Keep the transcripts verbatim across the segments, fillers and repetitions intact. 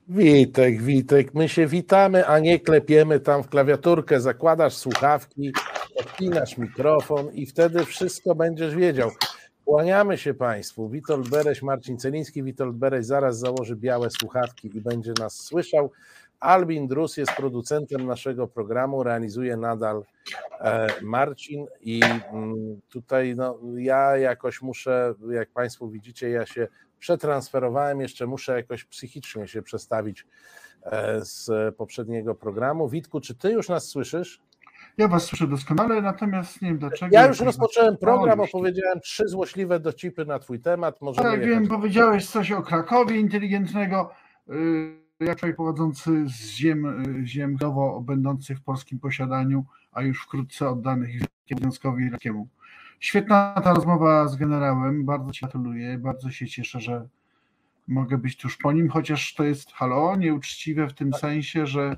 Witek, Witek, my się witamy, a nie klepiemy tam w klawiaturkę, zakładasz słuchawki, odpinasz mikrofon i wtedy wszystko będziesz wiedział. Kłaniamy się Państwu. Witold Bereś, Marcin Celiński. Witold Bereś zaraz założy białe słuchawki i będzie nas słyszał. Albin Drus jest producentem naszego programu, realizuje nadal Marcin i tutaj no, ja jakoś muszę, jak Państwo widzicie, ja się przetransferowałem, jeszcze muszę jakoś psychicznie się przestawić z poprzedniego programu. Witku, czy Ty już nas słyszysz? Ja Was słyszę doskonale, natomiast nie wiem dlaczego. Ja już rozpocząłem program, opowiedziałem trzy złośliwe dociepy na Twój temat. Możemy tak, wiem, powiedziałeś coś o Krakowie inteligentnego, jak człowiek pochodzący z ziem, ziem growo będących w polskim posiadaniu, a już wkrótce oddanych Związkowi Radzieckiemu. Świetna ta rozmowa z generałem, bardzo Ci gratuluję, bardzo się cieszę, że mogę być tuż po nim, chociaż to jest, halo, nieuczciwe w tym sensie, że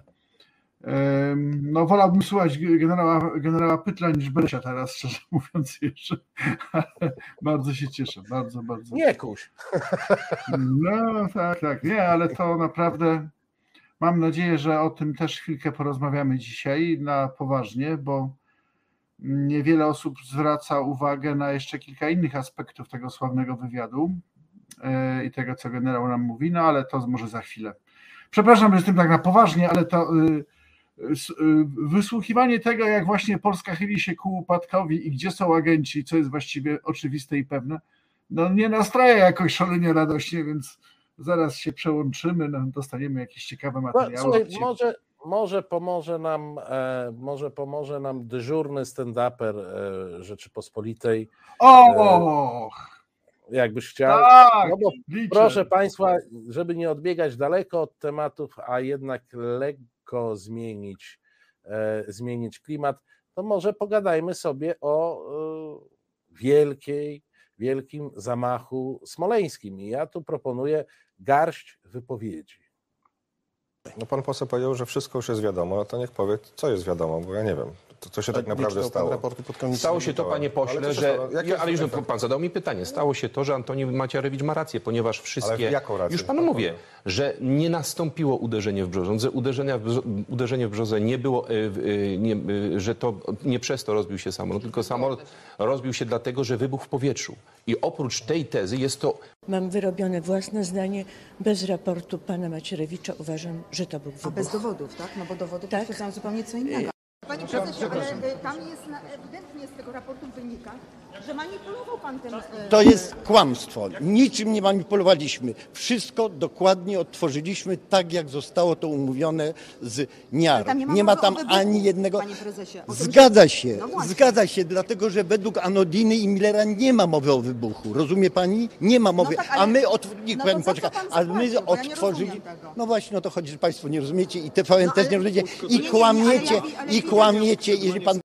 no wolałbym słuchać generała, generała Pytla niż Beresia teraz, szczerze mówiąc jeszcze, ale bardzo się cieszę, bardzo, bardzo. Nie kuś. No tak, tak, nie, ale to naprawdę mam nadzieję, że o tym też chwilkę porozmawiamy dzisiaj na poważnie, bo niewiele osób zwraca uwagę na jeszcze kilka innych aspektów tego sławnego wywiadu i tego, co generał nam mówi, no ale to może za chwilę. Przepraszam, że jestem tak na poważnie, ale to wysłuchiwanie tego, jak właśnie Polska chyli się ku upadkowi i gdzie są agenci, co jest właściwie oczywiste i pewne, no nie nastraja jakoś szalenie radośnie, więc zaraz się przełączymy, no, dostaniemy jakieś ciekawe materiały. No, słuchaj, może, może pomoże nam, e, może pomoże nam dyżurny stand-uper e, Rzeczypospolitej. O! E, jakbyś chciał. Tak, no bo proszę Państwa, żeby nie odbiegać daleko od tematów, a jednak lekko zmienić, e, zmienić klimat, to może pogadajmy sobie o e, wielkiej, wielkim zamachu smoleńskim. I ja tu proponuję garść wypowiedzi. No pan poseł powiedział, że wszystko już jest wiadomo, no to niech powie, co jest wiadomo, bo ja nie wiem, to, co się tak naprawdę stało. Stało się to, panie pośle, ale że... Ja, ale już pan zadał mi pytanie. Stało się to, że Antoni Macierewicz ma rację, ponieważ wszystkie... Ale jaką rację? Już panu mówię, że nie nastąpiło uderzenie w Brzozę, że uderzenia w, uderzenie w Brzozę nie było, nie, że to nie przez to rozbił się samolot, tylko samolot rozbił się dlatego, że wybuchł w powietrzu. I oprócz tej tezy jest to... Mam wyrobione własne zdanie, bez raportu pana Macierewicza uważam, że to był wybuch. A bez dowodów, tak? No bo dowody tak? potwierdzają zupełnie co innego. Panie prezesie, ale tam jest na, ewidentnie z tego raportu wynika, że manipulował pan tym... To jest kłamstwo. Niczym nie manipulowaliśmy. Wszystko dokładnie odtworzyliśmy tak, jak zostało to umówione z Niar. Nie ma, nie ma tam wybuchu, ani jednego... Panie prezesie. Zgadza się, no zgadza się, dlatego że według Anodiny i Millera nie ma mowy o wybuchu. Rozumie pani? Nie ma mowy. No tak, ale... A my, od... Niech no pani poczeka. A my odtworzyli... No właśnie, o to chodzi, że państwo nie rozumiecie i T V N no, też nie rozumiecie i nie, kłamiecie, nie, nie, ale ja, ale i kłamiecie, jeżeli pan...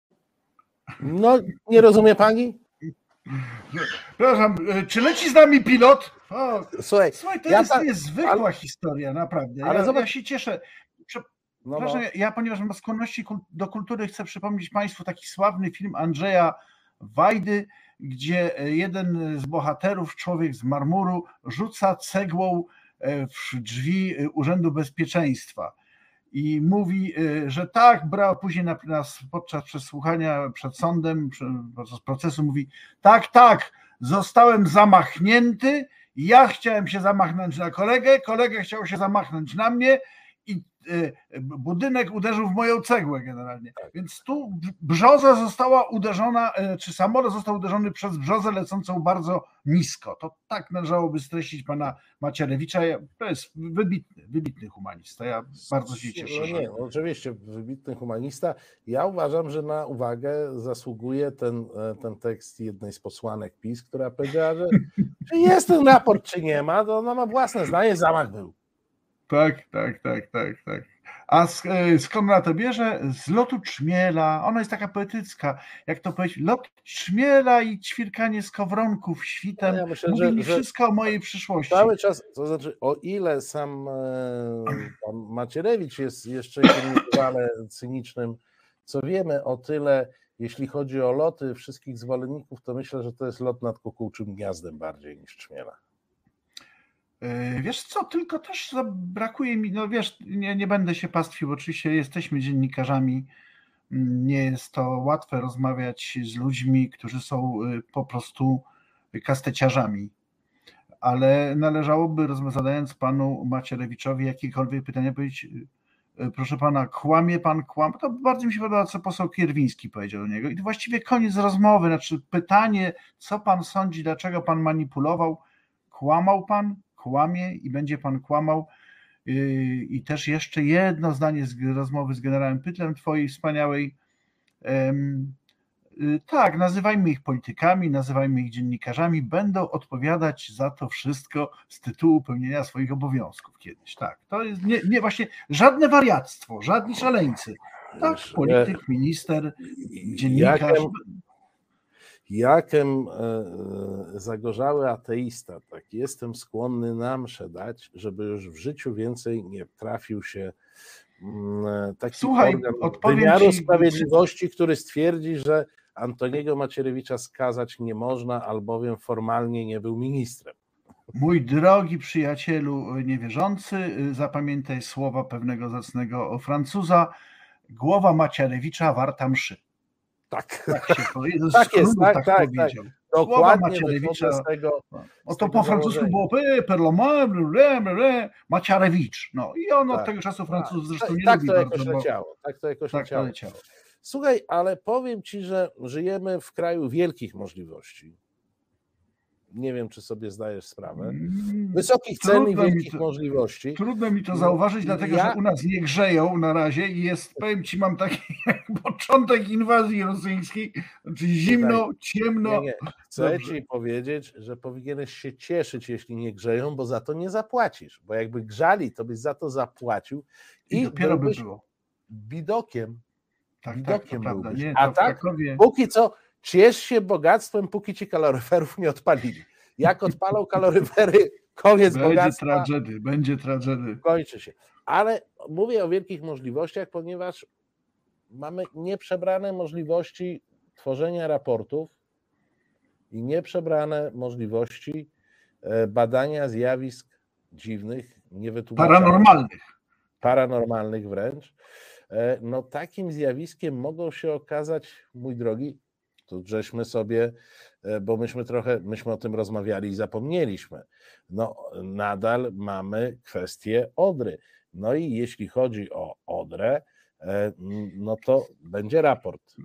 No, nie rozumie pani? Przepraszam, czy leci z nami pilot? O, słuchaj, słuchaj, to ja jest ta... niezwykła ale... historia, naprawdę. Ja, ale zobacz... ja się cieszę. No, no. Ja, ponieważ mam skłonności do kultury, chcę przypomnieć państwu taki sławny film Andrzeja Wajdy, gdzie jeden z bohaterów, człowiek z marmuru, rzuca cegłą w drzwi Urzędu Bezpieczeństwa. I mówi, że tak, brał później na, na, podczas przesłuchania przed sądem, podczas procesu mówi, tak, tak, zostałem zamachnięty, ja chciałem się zamachnąć na kolegę, kolega chciał się zamachnąć na mnie i budynek uderzył w moją cegłę generalnie. Więc tu brzoza została uderzona, czy samolot został uderzony przez brzozę lecącą bardzo nisko. To tak należałoby streścić pana Macierewicza. To jest wybitny, wybitny humanista. Ja bardzo się cieszę. No nie, no oczywiście wybitny humanista. Ja uważam, że na uwagę zasługuje ten, ten tekst jednej z posłanek PiS, która powiedziała, że czy jest ten raport, czy nie ma, to ona ma własne zdanie, zamach był. Tak, tak, tak, tak, tak. A skąd na to bierze? Z lotu czmiela. Ona jest taka poetycka. Jak to powiedzieć? Lot czmiela i ćwirkanie skowronków świtem. Ja myślę, mówi że, mi wszystko że o mojej przyszłości. Cały czas, to znaczy o ile sam pan Macierewicz jest jeszcze niebywale cynicznym, co wiemy, o tyle jeśli chodzi o loty wszystkich zwolenników, to myślę, że to jest lot nad kukułczym gniazdem bardziej niż czmiela. Wiesz co, tylko też brakuje mi, no wiesz, nie, nie będę się pastwił, oczywiście jesteśmy dziennikarzami, nie jest to łatwe rozmawiać z ludźmi, którzy są po prostu kasteciarzami, ale należałoby, zadając panu Macierewiczowi jakiekolwiek pytania, powiedzieć: proszę pana, kłamie pan, kłamie. To bardzo mi się podoba, co poseł Kierwiński powiedział do niego. I to właściwie koniec rozmowy. Znaczy pytanie, co pan sądzi, dlaczego pan manipulował? Kłamał pan, kłamie i będzie pan kłamał. I też jeszcze jedno zdanie z rozmowy z generałem Pytlem, twojej wspaniałej. Tak, nazywajmy ich politykami, nazywajmy ich dziennikarzami, będą odpowiadać za to wszystko z tytułu pełnienia swoich obowiązków kiedyś. Tak, to jest nie, nie właśnie żadne wariactwo, żadni szaleńcy. Tak, polityk, minister, dziennikarz. Jakem, jakem e, zagorzały ateista, tak, jestem skłonny na mszę dać, żeby już w życiu więcej nie trafił się taki Słuchaj, organ wymiaru ci... sprawiedliwości, który stwierdzi, że Antoniego Macierewicza skazać nie można, albowiem formalnie nie był ministrem. Mój drogi przyjacielu niewierzący, zapamiętaj słowa pewnego zacnego Francuza: głowa Macierewicza warta mszy. Tak, tak, się powiedział, tak jest, tak, tak, tak, powiedział. tak. Dokładnie Macierewicza. Z tego, o to po francusku było Macierewicz. No i on od tak, tego czasu Francuzów zresztą tak, nie tak lubi to bardzo, jakoś bo... leciało. Tak to jakoś tak leciało. to leciało. Słuchaj, ale powiem ci, że żyjemy w kraju wielkich możliwości. Nie wiem, czy sobie zdajesz sprawę. Wysokich cen i wielkich to, możliwości. Trudno mi to zauważyć, dlatego ja... że u nas nie grzeją na razie i jest, powiem ci, mam taki początek inwazji rosyjskiej, czyli zimno, Tutaj, ciemno. Nie, nie. Chcę Dobrze. ci powiedzieć, że powinieneś się cieszyć, jeśli nie grzeją, bo za to nie zapłacisz. Bo jakby grzali, to byś za to zapłacił i, I dopiero by było. Bidokiem. Tak, Bidokiem tak, prawda. Nie, A tak, Krakowie... póki co, ciesz się bogactwem, póki ci kaloryferów nie odpalili. Jak odpalą kaloryfery, koniec będzie bogactwa. Będzie tragedy, będzie tragedy. Kończy się. Ale mówię o wielkich możliwościach, ponieważ mamy nieprzebrane możliwości tworzenia raportów i nieprzebrane możliwości badania zjawisk dziwnych, niewytłumaczalnych. Paranormalnych. Paranormalnych wręcz. No takim zjawiskiem mogą się okazać, mój drogi, tu żeśmy sobie, bo myśmy trochę, myśmy o tym rozmawiali i zapomnieliśmy, no nadal mamy kwestię Odry. No i jeśli chodzi o Odrę, no to będzie raport.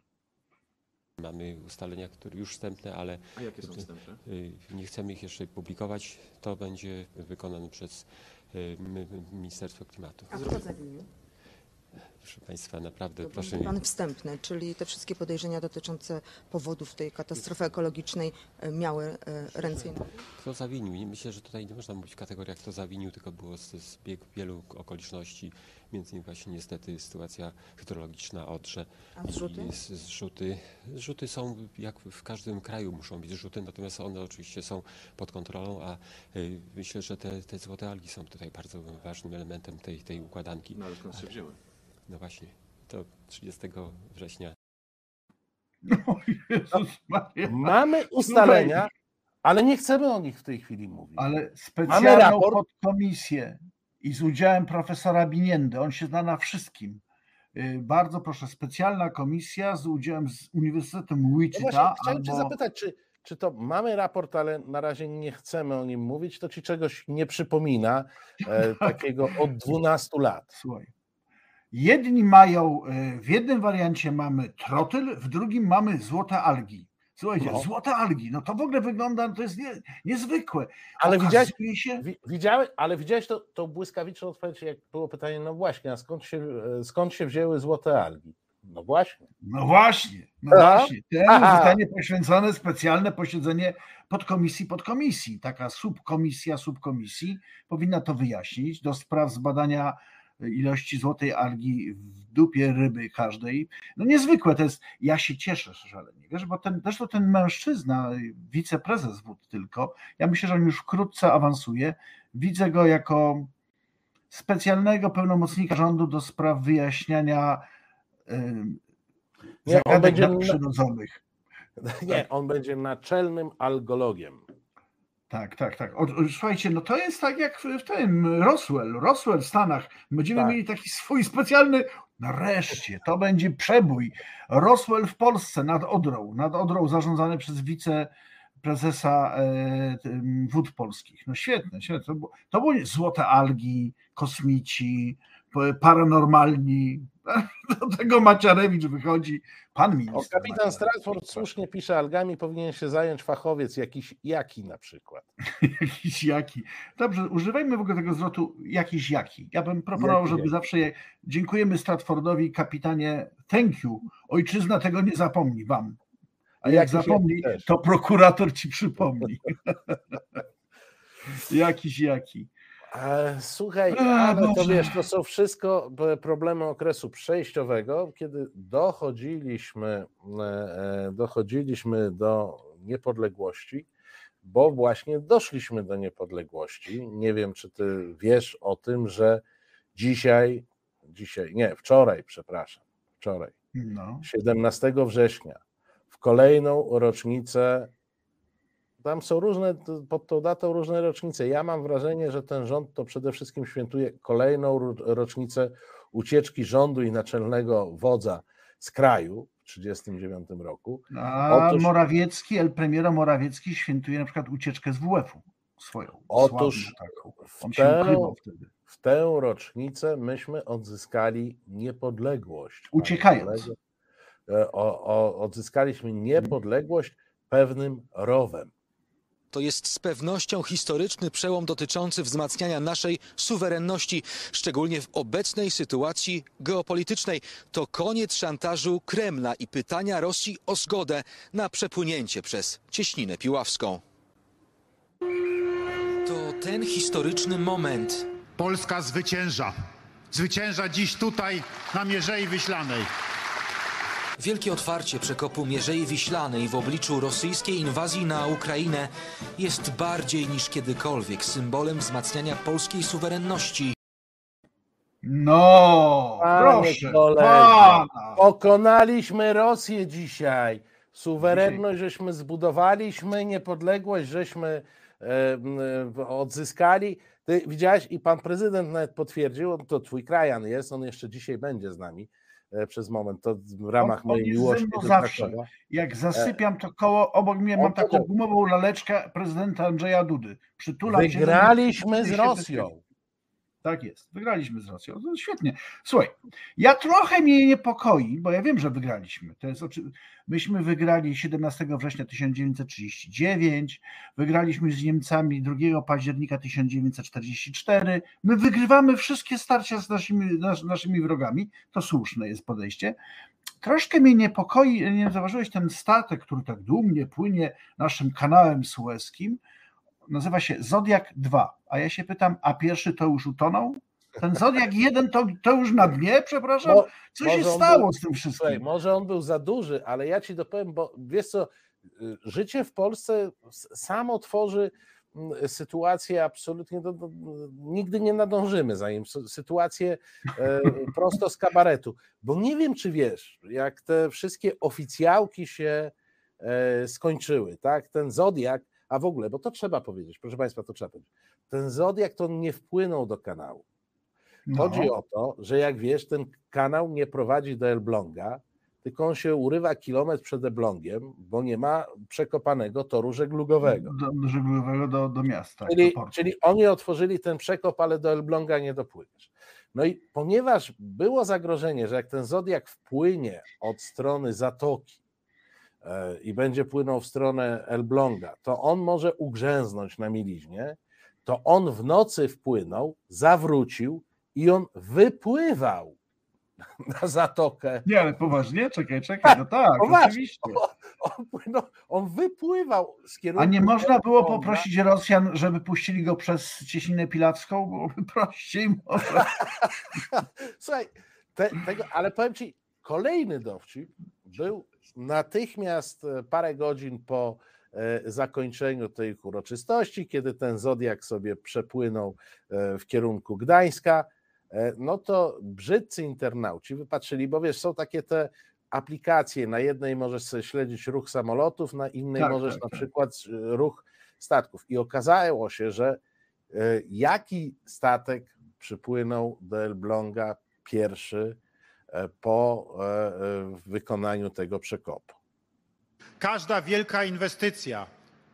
Mamy ustalenia, które już wstępne, ale A jakie są wstępne? Nie chcemy ich jeszcze publikować. To będzie wykonane przez Ministerstwo Klimatu. A kto zawinił? Proszę Państwa, naprawdę to proszę... Plan wstępny, czyli te wszystkie podejrzenia dotyczące powodów tej katastrofy ekologicznej miały ręce i nogi? Kto zawinił? Myślę, że tutaj nie można mówić w kategoriach kto zawinił, tylko było zbieg wielu okoliczności, między innymi właśnie niestety sytuacja hydrologiczna Odrze. A zrzuty? Zrzuty? Zrzuty są, jak w każdym kraju muszą być zrzuty, natomiast one oczywiście są pod kontrolą, a y, myślę, że te, te złote algi są tutaj bardzo ważnym elementem tej, tej układanki. No ale skąd się wzięły? No właśnie, to trzydziestego września. No, Jezus Maria. Mamy ustalenia, ale nie chcemy o nich w tej chwili mówić. Ale specjalną podkomisję i z udziałem profesora Biniendy, on się zna na wszystkim. Bardzo proszę, specjalna komisja z udziałem z Uniwersytetem Wichita. No właśnie, chciałem albo... cię zapytać, czy, czy to mamy raport, ale na razie nie chcemy o nim mówić, to ci czegoś nie przypomina e, takiego od dwunastu lat. Słuchaj. Jedni mają, w jednym wariancie mamy trotyl, w drugim mamy złote algi. Słuchajcie, no. Złote algi, no to w ogóle wygląda, to jest nie, niezwykłe. Ale widziałeś, się... widziałeś, ale widziałeś to, to błyskawiczną odpowiedź, jak było pytanie, no właśnie, a skąd się, skąd się wzięły złote algi? No właśnie. No właśnie, no a? właśnie. Temu zostanie poświęcone specjalne posiedzenie podkomisji podkomisji. Taka subkomisja subkomisji powinna to wyjaśnić do spraw zbadania ilości złotej algi w dupie ryby każdej. No niezwykłe to jest. Ja się cieszę szalenie, wiesz, bo ten, zresztą ten mężczyzna, wiceprezes wód tylko, ja myślę, że on już wkrótce awansuje. Widzę go jako specjalnego pełnomocnika rządu do spraw wyjaśniania yy, zagadnień nadprzyrodzonych. Nie, on będzie naczelnym algologiem. Tak, tak, tak. O, słuchajcie, no to jest tak jak w, w tym Roswell, Roswell w Stanach. Będziemy Tak. mieli taki swój specjalny, nareszcie, to będzie przebój. Roswell w Polsce nad Odrą, nad Odrą zarządzany przez wiceprezesa e, Wód Polskich. No świetne, świetne. To było, to było złote algi, kosmici, paranormalni. Do tego Macierewicz wychodzi, pan minister. O, kapitan Stratford słusznie pisze, algami powinien się zająć fachowiec, jakiś jaki na przykład. Jakiś jaki. Dobrze, używajmy w ogóle tego zwrotu jakiś jaki. Ja bym proponował, Jaki, żeby jaki. zawsze je, dziękujemy Stratfordowi, kapitanie, thank you, ojczyzna tego nie zapomni wam. A jak Jakiś zapomni, jaki też. to prokurator ci przypomni. Jakiś jaki. E, Słuchaj, A, ale to Boże. wiesz, to są wszystko p- problemy okresu przejściowego, kiedy dochodziliśmy, e, e, dochodziliśmy do niepodległości, bo właśnie doszliśmy do niepodległości. Nie wiem, czy ty wiesz o tym, że dzisiaj, dzisiaj, nie, wczoraj, przepraszam, wczoraj, No. siedemnastego września, w kolejną rocznicę, tam są różne, pod tą datą różne rocznice. Ja mam wrażenie, że ten rząd to przede wszystkim świętuje kolejną ro- rocznicę ucieczki rządu i naczelnego wodza z kraju w trzydziestym dziewiątym roku. A Otóż- Morawiecki, el premiero Morawiecki świętuje na przykład ucieczkę z W F u swoją. Otóż sławną taką. w On się tę- ukrywał wtedy. W tę rocznicę myśmy odzyskali niepodległość. panie Uciekając. kolego. E, O, o, odzyskaliśmy niepodległość pewnym rowem. To jest z pewnością historyczny przełom dotyczący wzmacniania naszej suwerenności, szczególnie w obecnej sytuacji geopolitycznej. To koniec szantażu Kremla i pytania Rosji o zgodę na przepłynięcie przez Cieśninę Piławską. To ten historyczny moment. Polska zwycięża. Zwycięża dziś tutaj na Mierzei Wiślanej. Wielkie otwarcie przekopu Mierzei Wiślanej w obliczu rosyjskiej inwazji na Ukrainę jest bardziej niż kiedykolwiek symbolem wzmacniania polskiej suwerenności. No, Panie proszę kolego, pana. pokonaliśmy Rosję dzisiaj. Suwerenność żeśmy zbudowaliśmy, niepodległość żeśmy e, e, odzyskali. Ty widziałeś i pan prezydent nawet potwierdził, on to twój krajan jest, on jeszcze dzisiaj będzie z nami e, przez moment, to w ramach On- on mojej jest ze miłości mną do zawsze. Krakowa. Jak zasypiam, to koło obok mnie mam On taką powiedział- gumową laleczkę prezydenta Andrzeja Dudy. Przytulam się. Wygraliśmy czuję z się Rosją. bezpiecznie. Tak jest, wygraliśmy z Rosją. To świetnie. Słuchaj, ja trochę mnie niepokoi, bo ja wiem, że wygraliśmy. To jest oczy... Myśmy wygrali siedemnastego września tysiąc dziewięćset trzydziestego dziewiątego, wygraliśmy z Niemcami drugiego października tysiąc dziewięćset czterdziestego czwartego. My wygrywamy wszystkie starcia z naszymi, nas, naszymi wrogami. To słuszne jest podejście. Troszkę mnie niepokoi, nie wiem, zauważyłeś ten statek, który tak dumnie płynie naszym kanałem sueskim. Nazywa się Zodiak dwa, a ja się pytam, a pierwszy to już utonął? Ten Zodiak jeden to, to już na dnie, przepraszam? Mo- Co może się on stało był- z tym wszystkim? Słuchaj, może on był za duży, ale ja ci dopowiem, bo wiesz co, y, życie w Polsce s- samo tworzy mm, sytuację absolutnie, do, do, nigdy nie nadążymy za nim, sy- sytuację e, prosto z kabaretu, bo nie wiem, czy wiesz, jak te wszystkie oficjałki się e, skończyły, tak, ten Zodiak, a w ogóle, bo to trzeba powiedzieć, proszę Państwa, to trzeba powiedzieć, ten Zodiak to nie wpłynął do kanału. Chodzi No. o to, że jak wiesz, ten kanał nie prowadzi do Elbląga, tylko on się urywa kilometr przed Elblągiem, bo nie ma przekopanego toru żeglugowego. Do, do żeglugowego do, do miasta. Czyli, do portu. czyli oni otworzyli ten przekop, ale do Elbląga nie dopłyniesz. No i ponieważ było zagrożenie, że jak ten Zodiak wpłynie od strony Zatoki e, i będzie płynął w stronę Elbląga, to on może ugrzęznąć na mieliźnie, to on w nocy wpłynął, zawrócił i on wypływał na Zatokę. Nie, ale poważnie? Czekaj, czekaj, no tak, Poważnie. oczywiście. On, płynął, on wypływał z kierunku... A nie można było Elbląga. poprosić Rosjan, żeby puścili go przez Cieśninę Pilawską? Byłoby prościej może. Słuchaj, te, tego, ale powiem ci, kolejny dowcip był natychmiast e, parę godzin po e, zakończeniu tej uroczystości, kiedy ten Zodiak sobie przepłynął e, w kierunku Gdańska, e, no to brzydcy internauci wypatrzyli, bo wiesz, są takie te aplikacje, na jednej możesz sobie śledzić ruch samolotów, na innej Tak, możesz tak, na tak. przykład ruch statków. I okazało się, że jaki statek przypłynął do Elbląga pierwszy po wykonaniu tego przekopu? Każda wielka inwestycja.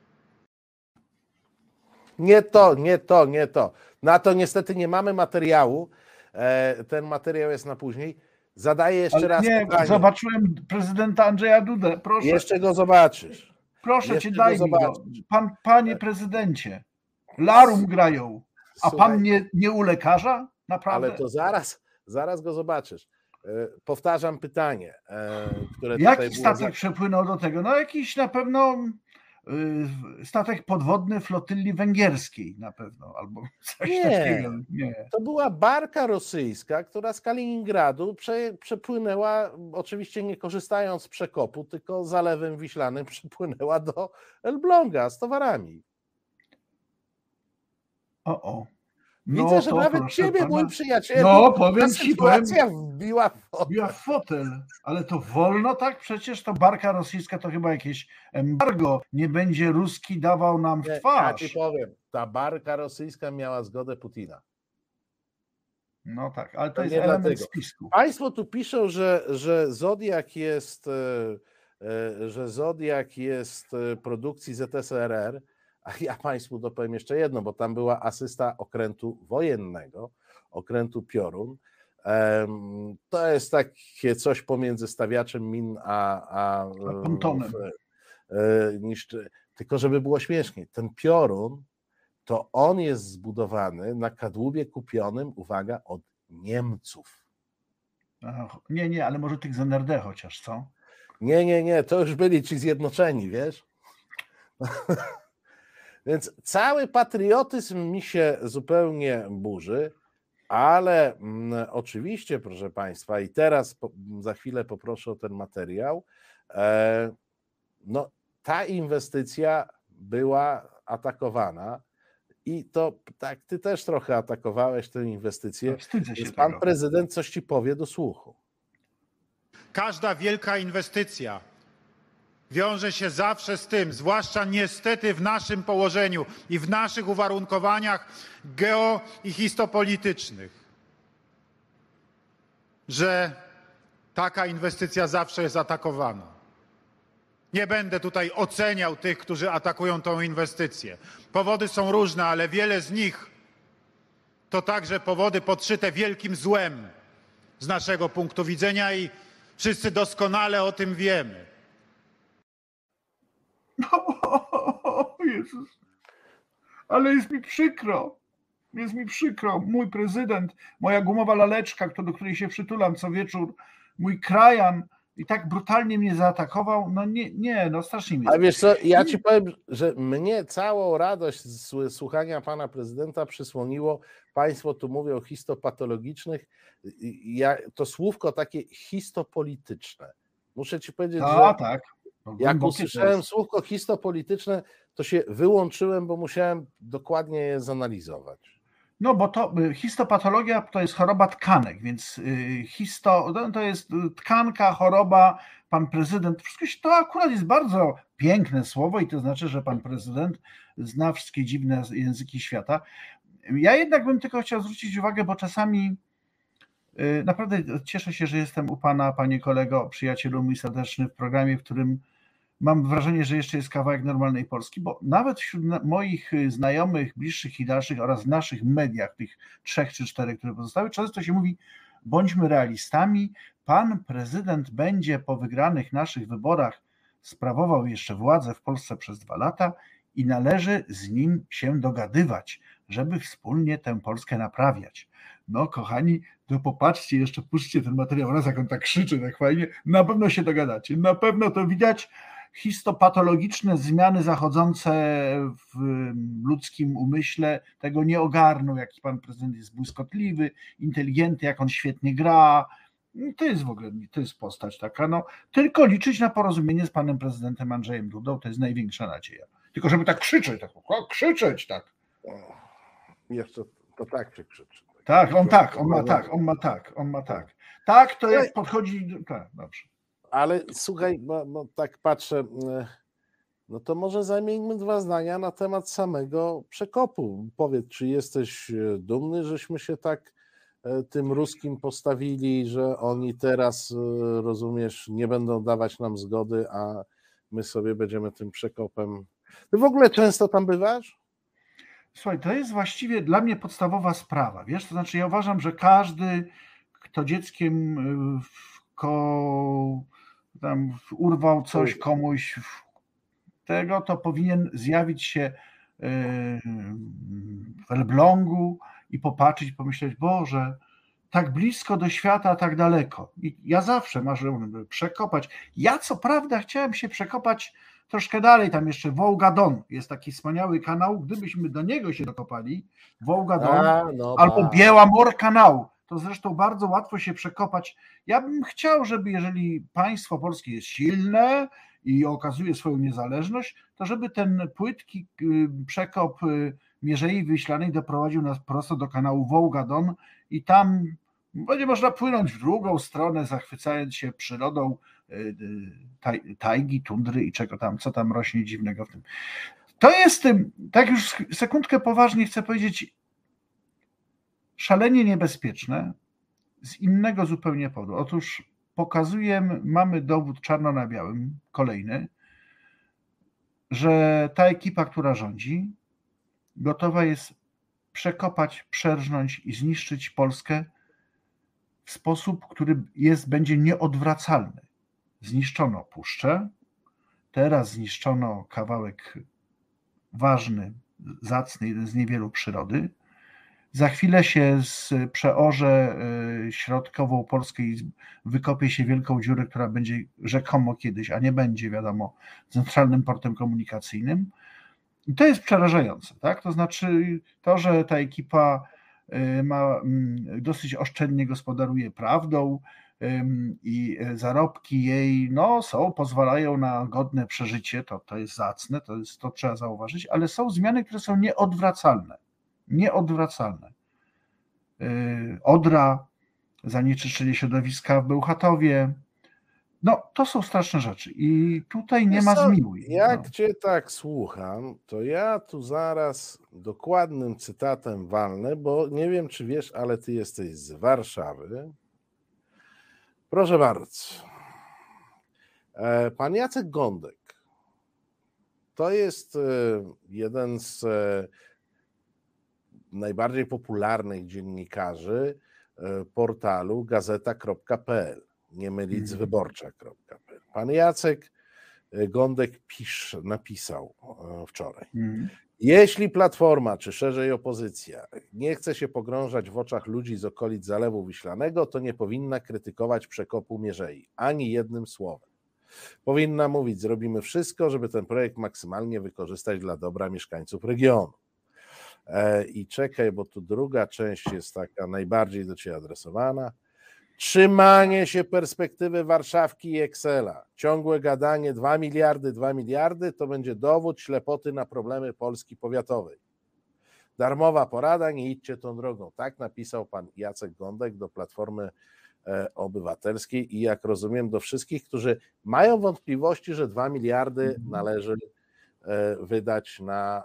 Nie to, nie to, nie to. Na to niestety nie mamy materiału. Ten materiał jest na później. Zadaję jeszcze Ale raz nie, pytanie. Zobaczyłem prezydenta Andrzeja Dudę. Proszę. Jeszcze go zobaczysz. Proszę Jeszcze cię, daj go mi go. zobaczysz. Pan, panie prezydencie, larum grają, a Słuchaj, pan nie, nie u lekarza? Naprawdę? ale to zaraz, zaraz go zobaczysz. Powtarzam pytanie, które Jaki tutaj było statek za- przepłynął do tego? No jakiś na pewno y, statek podwodny flotylli węgierskiej na pewno, albo coś Nie. takiego. Nie. To była barka rosyjska, która z Kaliningradu prze, przepłynęła, oczywiście nie korzystając z przekopu, tylko zalewem wiślanym przepłynęła do Elbląga z towarami. O, o. No, Widzę, że to nawet proszę ciebie, pana. mój przyjacielu, No, ta powiem ci, sytuacja wbiła w fotel. Biła w fotel, ale to wolno tak? Przecież to barka rosyjska to chyba jakieś embargo. Nie będzie Ruski dawał nam w Nie, Ja twarz. ci powiem, ta barka rosyjska miała zgodę Putina. No tak, ale to, To jest nie element dlatego. spisku. Państwo tu piszą, że, że Zodiak jest, e, e, że Zodiak jest e, produkcji Z S R R, a ja Państwu dopowiem jeszcze jedno, bo tam była asysta okrętu wojennego, okrętu Piorun. Em, To jest takie coś pomiędzy stawiaczem min a, a, A pontonem. e, niż, tylko żeby było śmiesznie, ten Piorun to on jest zbudowany na kadłubie kupionym, uwaga, od Niemców. Ach, nie, nie, ale może tych z N R D chociaż, co? Nie, nie, nie, to już byli ci zjednoczeni, wiesz? Więc cały patriotyzm mi się zupełnie burzy, ale mm, oczywiście, proszę Państwa, i teraz po, za chwilę poproszę o ten materiał, e, no ta inwestycja była atakowana i to tak, ty też trochę atakowałeś tę inwestycję, No, wstydzę się więc pan tego. prezydent coś ci powie do słuchu. Każda wielka inwestycja wiąże się zawsze z tym, zwłaszcza niestety w naszym położeniu i w naszych uwarunkowaniach geo- i histopolitycznych, że taka inwestycja zawsze jest atakowana. Nie będę tutaj oceniał tych, którzy atakują tą inwestycję. Powody są różne, ale wiele z nich to także powody podszyte wielkim złem z naszego punktu widzenia i wszyscy doskonale o tym wiemy. O Jezus. Ale jest mi przykro. Jest mi przykro. Mój prezydent, moja gumowa laleczka, do której się przytulam co wieczór, mój krajan i tak brutalnie mnie zaatakował. No nie, nie, no strasznie mi. A wiesz co, ja ci powiem, że mnie całą radość z słuchania pana prezydenta przysłoniło, państwo tu mówią histopatologicznych, ja, to słówko takie histopolityczne. Muszę ci powiedzieć, A, że tak. No, jak głębokie usłyszałem to jest. słówko histopolityczne, to się wyłączyłem, bo musiałem dokładnie je zanalizować. No bo to y, histopatologia to jest choroba tkanek, więc y, histo no, to jest y, tkanka, choroba, pan prezydent, wszystko się, to akurat jest bardzo piękne słowo i to znaczy, że pan prezydent zna wszystkie dziwne języki świata. Ja jednak bym tylko chciał zwrócić uwagę, bo czasami y, naprawdę cieszę się, że jestem u pana, panie kolego, przyjacielu mój serdeczny w programie, w którym mam wrażenie, że jeszcze jest kawałek normalnej Polski, bo nawet wśród moich znajomych, bliższych i dalszych oraz w naszych mediach, tych trzech czy czterech, które pozostały, często się mówi, bądźmy realistami, pan prezydent będzie po wygranych naszych wyborach sprawował jeszcze władzę w Polsce przez dwa lata i należy z nim się dogadywać, żeby wspólnie tę Polskę naprawiać. No kochani, to popatrzcie, jeszcze puśćcie ten materiał raz, jak on tak krzyczy, tak fajnie, na pewno się dogadacie, na pewno to widać, histopatologiczne zmiany zachodzące w ludzkim umyśle tego nie ogarną, jaki pan prezydent jest błyskotliwy, inteligentny, jak on świetnie gra. To jest w ogóle, to jest postać taka, no tylko liczyć na porozumienie z panem prezydentem Andrzejem Dudą, to jest największa nadzieja. Tylko żeby tak krzyczeć, tak krzyczeć, tak. O, jeszcze to tak się krzyczy. Tak, on tak, on ma tak, on ma tak, on ma tak. Tak, to jak podchodzi, tak, dobrze. Ale słuchaj, bo, bo tak patrzę, No to może zamieńmy dwa zdania na temat samego przekopu. Powiedz, czy jesteś dumny, żeśmy się tak tym ruskim postawili, że oni teraz, rozumiesz, nie będą dawać nam zgody, a my sobie będziemy tym przekopem. Ty w ogóle często tam bywasz? Słuchaj, to jest właściwie dla mnie podstawowa sprawa, wiesz, to znaczy ja uważam, że każdy, kto dzieckiem w ko, tam urwał coś komuś tego, to powinien zjawić się w Elblągu i popatrzeć, pomyśleć, Boże, tak blisko do świata, a tak daleko. I ja zawsze marzę przekopać. Ja co prawda chciałem się przekopać troszkę dalej, tam jeszcze Wołga-Don jest taki wspaniały kanał, gdybyśmy do niego się dokopali, Wołga-Don, no, albo Biała-Mor kanał, to zresztą bardzo łatwo się przekopać. Ja bym chciał, żeby jeżeli państwo polskie jest silne i okazuje swoją niezależność, to żeby ten płytki przekop Mierzei Wiślanej doprowadził nas prosto do kanału Wołga-Don i tam będzie można płynąć w drugą stronę, zachwycając się przyrodą tajgi, tundry i czego tam, co tam rośnie dziwnego w tym. To jest, tak już sekundkę poważnie chcę powiedzieć, szalenie niebezpieczne z innego zupełnie powodu. Otóż pokazujemy, mamy dowód czarno na białym, kolejny, że ta ekipa, która rządzi, gotowa jest przekopać, przerżnąć i zniszczyć Polskę w sposób, który jest, będzie nieodwracalny. Zniszczono puszczę, teraz zniszczono kawałek ważny, zacny, jeden z niewielu przyrody. Za chwilę się przeorze środkową Polskę i wykopie się wielką dziurę, która będzie rzekomo kiedyś, a nie będzie, wiadomo, centralnym portem komunikacyjnym. I to jest przerażające, tak? To znaczy to, że ta ekipa ma, dosyć oszczędnie gospodaruje prawdą i zarobki jej no, są, pozwalają na godne przeżycie, to, to jest zacne, to, jest, to trzeba zauważyć, ale są zmiany, które są nieodwracalne. Nieodwracalne. Odra, zanieczyszczenie środowiska w Bełchatowie, no to są straszne rzeczy i tutaj nie ma zmiłuj. Jak no. cię tak słucham, to ja tu zaraz dokładnym cytatem walnę, bo nie wiem, czy wiesz, ale ty jesteś z Warszawy. Proszę bardzo. Pan Jacek Gądek to jest jeden z najbardziej popularnych dziennikarzy portalu gazeta kropka pe el, nie mylić z wyborcza kropka pe el. Pan Jacek Gądek pisz, napisał wczoraj. Mm. Jeśli Platforma, czy szerzej opozycja, nie chce się pogrążać w oczach ludzi z okolic Zalewu Wiślanego, to nie powinna krytykować przekopu Mierzei ani jednym słowem. Powinna mówić, zrobimy wszystko, żeby ten projekt maksymalnie wykorzystać dla dobra mieszkańców regionu. I czekaj, bo tu druga część jest taka najbardziej do ciebie adresowana. Trzymanie się perspektywy Warszawki i Excela. Ciągłe gadanie dwa miliardy, dwa miliardy to będzie dowód ślepoty na problemy Polski powiatowej. Darmowa porada, nie idźcie tą drogą. Tak napisał pan Jacek Gądek do Platformy Obywatelskiej i jak rozumiem do wszystkich, którzy mają wątpliwości, że dwa miliardy należy wydać na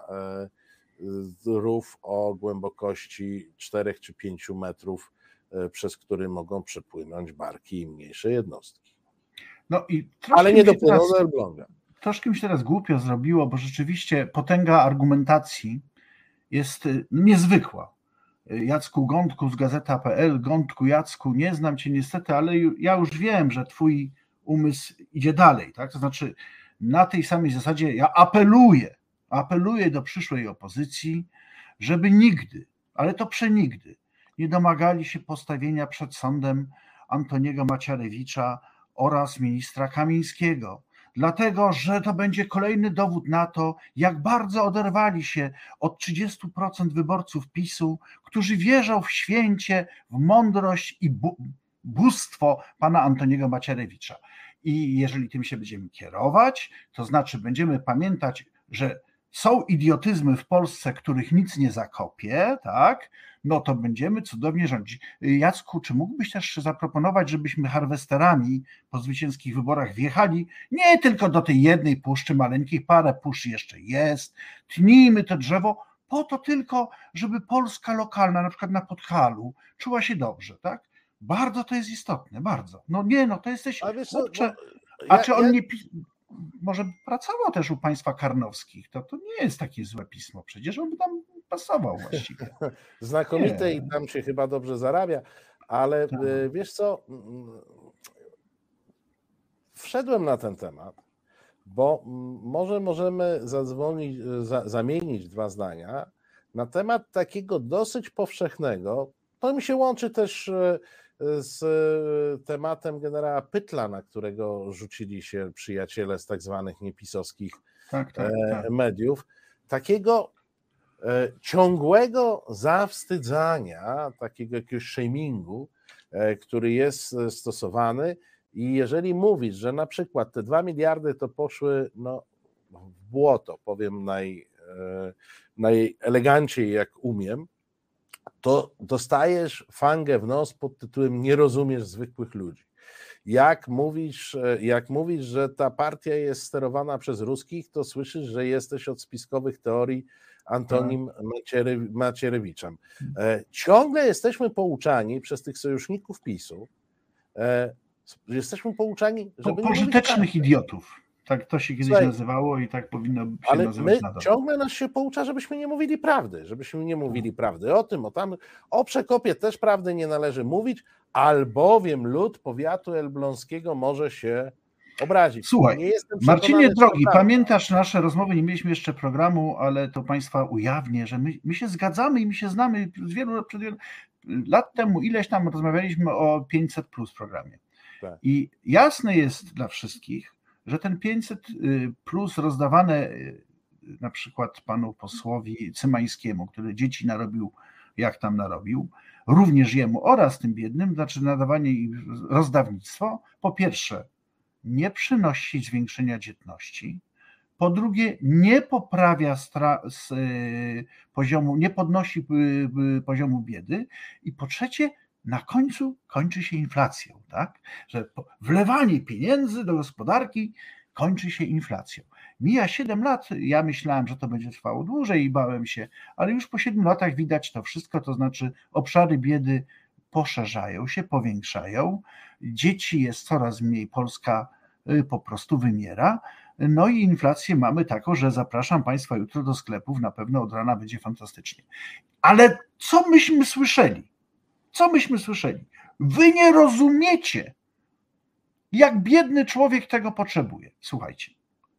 rów o głębokości czterech czy pięciu metrów, przez który mogą przepłynąć barki i mniejsze jednostki. No i ale nie dopłyną do Elbląga. Troszkę mi się teraz głupio zrobiło, bo rzeczywiście potęga argumentacji jest niezwykła. Jacku Gądku z gazeta kropka pe el, Gądku Jacku, nie znam cię niestety, ale ja już wiem, że twój umysł idzie dalej, tak? To znaczy na tej samej zasadzie ja apeluję, apeluję do przyszłej opozycji, żeby nigdy, ale to przenigdy, nie domagali się postawienia przed sądem Antoniego Macierewicza oraz ministra Kamińskiego, dlatego że to będzie kolejny dowód na to, jak bardzo oderwali się od trzydziestu procent wyborców PiSu, którzy wierzą w święcie, w mądrość i bu- bóstwo pana Antoniego Macierewicza. I jeżeli tym się będziemy kierować, to znaczy będziemy pamiętać, że są idiotyzmy w Polsce, których nic nie zakopie, tak, no to będziemy cudownie rządzić. Jacku, czy mógłbyś też zaproponować, żebyśmy harwesterami po zwycięskich wyborach wjechali nie tylko do tej jednej puszczy maleńkiej, parę puszcz jeszcze jest, tnijmy to drzewo po to tylko, żeby Polska lokalna, na przykład na Podhalu, czuła się dobrze, tak? Bardzo to jest istotne, bardzo. No nie, no to jesteś, chłopcze, a czy on nie... Może pracował też u państwa Karnowskich, to, to nie jest takie złe pismo, przecież on by tam pasował właściwie. Znakomite i tam się chyba dobrze zarabia, ale tak. Wiesz co, wszedłem na ten temat, bo może możemy zadzwonić, za, zamienić dwa zdania na temat takiego dosyć powszechnego, to mi się łączy też z tematem generała Pytla, na którego rzucili się przyjaciele z tak zwanych niepisowskich tak, tak, tak. mediów, takiego ciągłego zawstydzania, takiego jakiegoś shamingu, który jest stosowany i jeżeli mówisz, że na przykład te dwa miliardy to poszły no, w błoto, powiem naj, najeleganciej jak umiem, to dostajesz fangę w nos pod tytułem nie rozumiesz zwykłych ludzi. Jak mówisz, jak mówisz, że ta partia jest sterowana przez ruskich, to słyszysz, że jesteś od spiskowych teorii Antonim Macierewiczem. Ciągle jesteśmy pouczani przez tych sojuszników PiSu, jesteśmy pouczani, żeby po, pożytecznych idiotów. Tak to się kiedyś Słuchaj, nazywało i tak powinno się ale nazywać my nadal. Ciągle nas się poucza, żebyśmy nie mówili prawdy, żebyśmy nie mówili prawdy o tym, o tam, o Przekopie też prawdy nie należy mówić, albowiem lud powiatu elbląskiego może się obrazić. Słuchaj, nie Marcinie drogi, pamiętasz nasze rozmowy, nie mieliśmy jeszcze programu, ale to Państwa ujawnię, że my, my się zgadzamy i my się znamy z wielu, przed wielu lat temu, ileś tam rozmawialiśmy o pięćset plus programie. Tak. I jasne jest dla wszystkich, że ten pięćset plus rozdawane na przykład panu posłowi Cymańskiemu, który dzieci narobił, jak tam narobił, również jemu oraz tym biednym, znaczy nadawanie i rozdawnictwo, po pierwsze nie przynosi zwiększenia dzietności, po drugie nie poprawia stra- z poziomu, nie podnosi poziomu biedy i po trzecie na końcu kończy się inflacją, tak? Że wlewanie pieniędzy do gospodarki kończy się inflacją. Mija siedem lat, ja myślałem, że to będzie trwało dłużej i bałem się, ale już po siedmiu latach widać to wszystko, to znaczy obszary biedy poszerzają się, powiększają, dzieci jest coraz mniej, Polska po prostu wymiera, no i inflację mamy taką, że zapraszam Państwa jutro do sklepów, na pewno od rana będzie fantastycznie. Ale co myśmy słyszeli? Co myśmy słyszeli? Wy nie rozumiecie, jak biedny człowiek tego potrzebuje. Słuchajcie,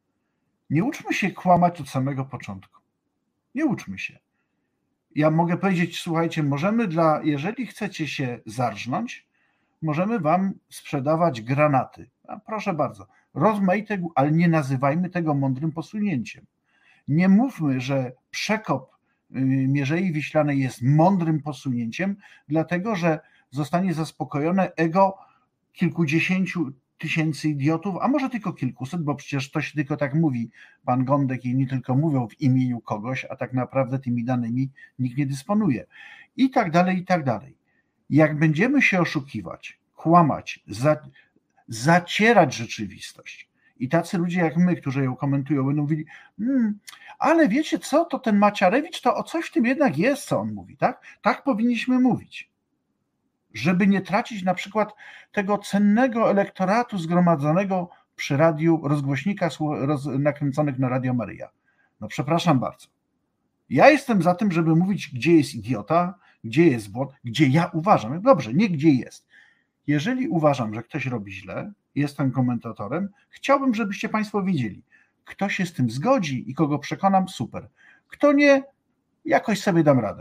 nie uczmy się kłamać od samego początku. Nie uczmy się. Ja mogę powiedzieć, słuchajcie, możemy dla, jeżeli chcecie się zarżnąć, możemy wam sprzedawać granaty. A proszę bardzo, rozmaite, ale nie nazywajmy tego mądrym posunięciem. Nie mówmy, że przekop Mierzei Wiślanej jest mądrym posunięciem, dlatego że zostanie zaspokojone ego kilkudziesięciu tysięcy idiotów, a może tylko kilkuset, bo przecież to się tylko tak mówi, pan Gądek i nie tylko mówią w imieniu kogoś, a tak naprawdę tymi danymi nikt nie dysponuje. I tak dalej, i tak dalej. Jak będziemy się oszukiwać, kłamać, za, zacierać rzeczywistość i tacy ludzie jak my, którzy ją komentują, będą mówili, mmm, ale wiecie co, to ten Maciarewicz, to o coś w tym jednak jest, co on mówi, tak? Tak powinniśmy mówić. Żeby nie tracić na przykład tego cennego elektoratu zgromadzonego przy radiu, rozgłośnikach roz, nakręconych na Radio Maryja. No przepraszam bardzo. Ja jestem za tym, żeby mówić, gdzie jest idiota, gdzie jest błąd, gdzie ja uważam. Dobrze, nie gdzie jest. Jeżeli uważam, że ktoś robi źle, jestem komentatorem, chciałbym, żebyście Państwo wiedzieli, kto się z tym zgodzi i kogo przekonam, super. Kto nie, jakoś sobie dam radę.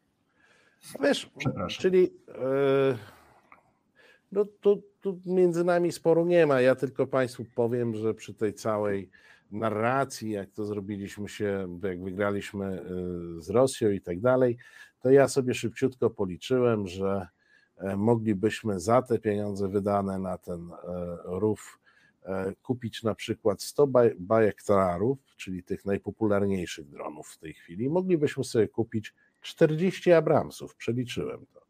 Wiesz, czyli yy, no tu, tu między nami sporu nie ma. Ja tylko Państwu powiem, że przy tej całej narracji, jak to zrobiliśmy się, jak wygraliśmy z Rosją i tak dalej, to ja sobie szybciutko policzyłem, że moglibyśmy za te pieniądze wydane na ten rów kupić na przykład sto Bayraktarów, czyli tych najpopularniejszych dronów w tej chwili, moglibyśmy sobie kupić czterdzieści Abramsów, przeliczyłem to.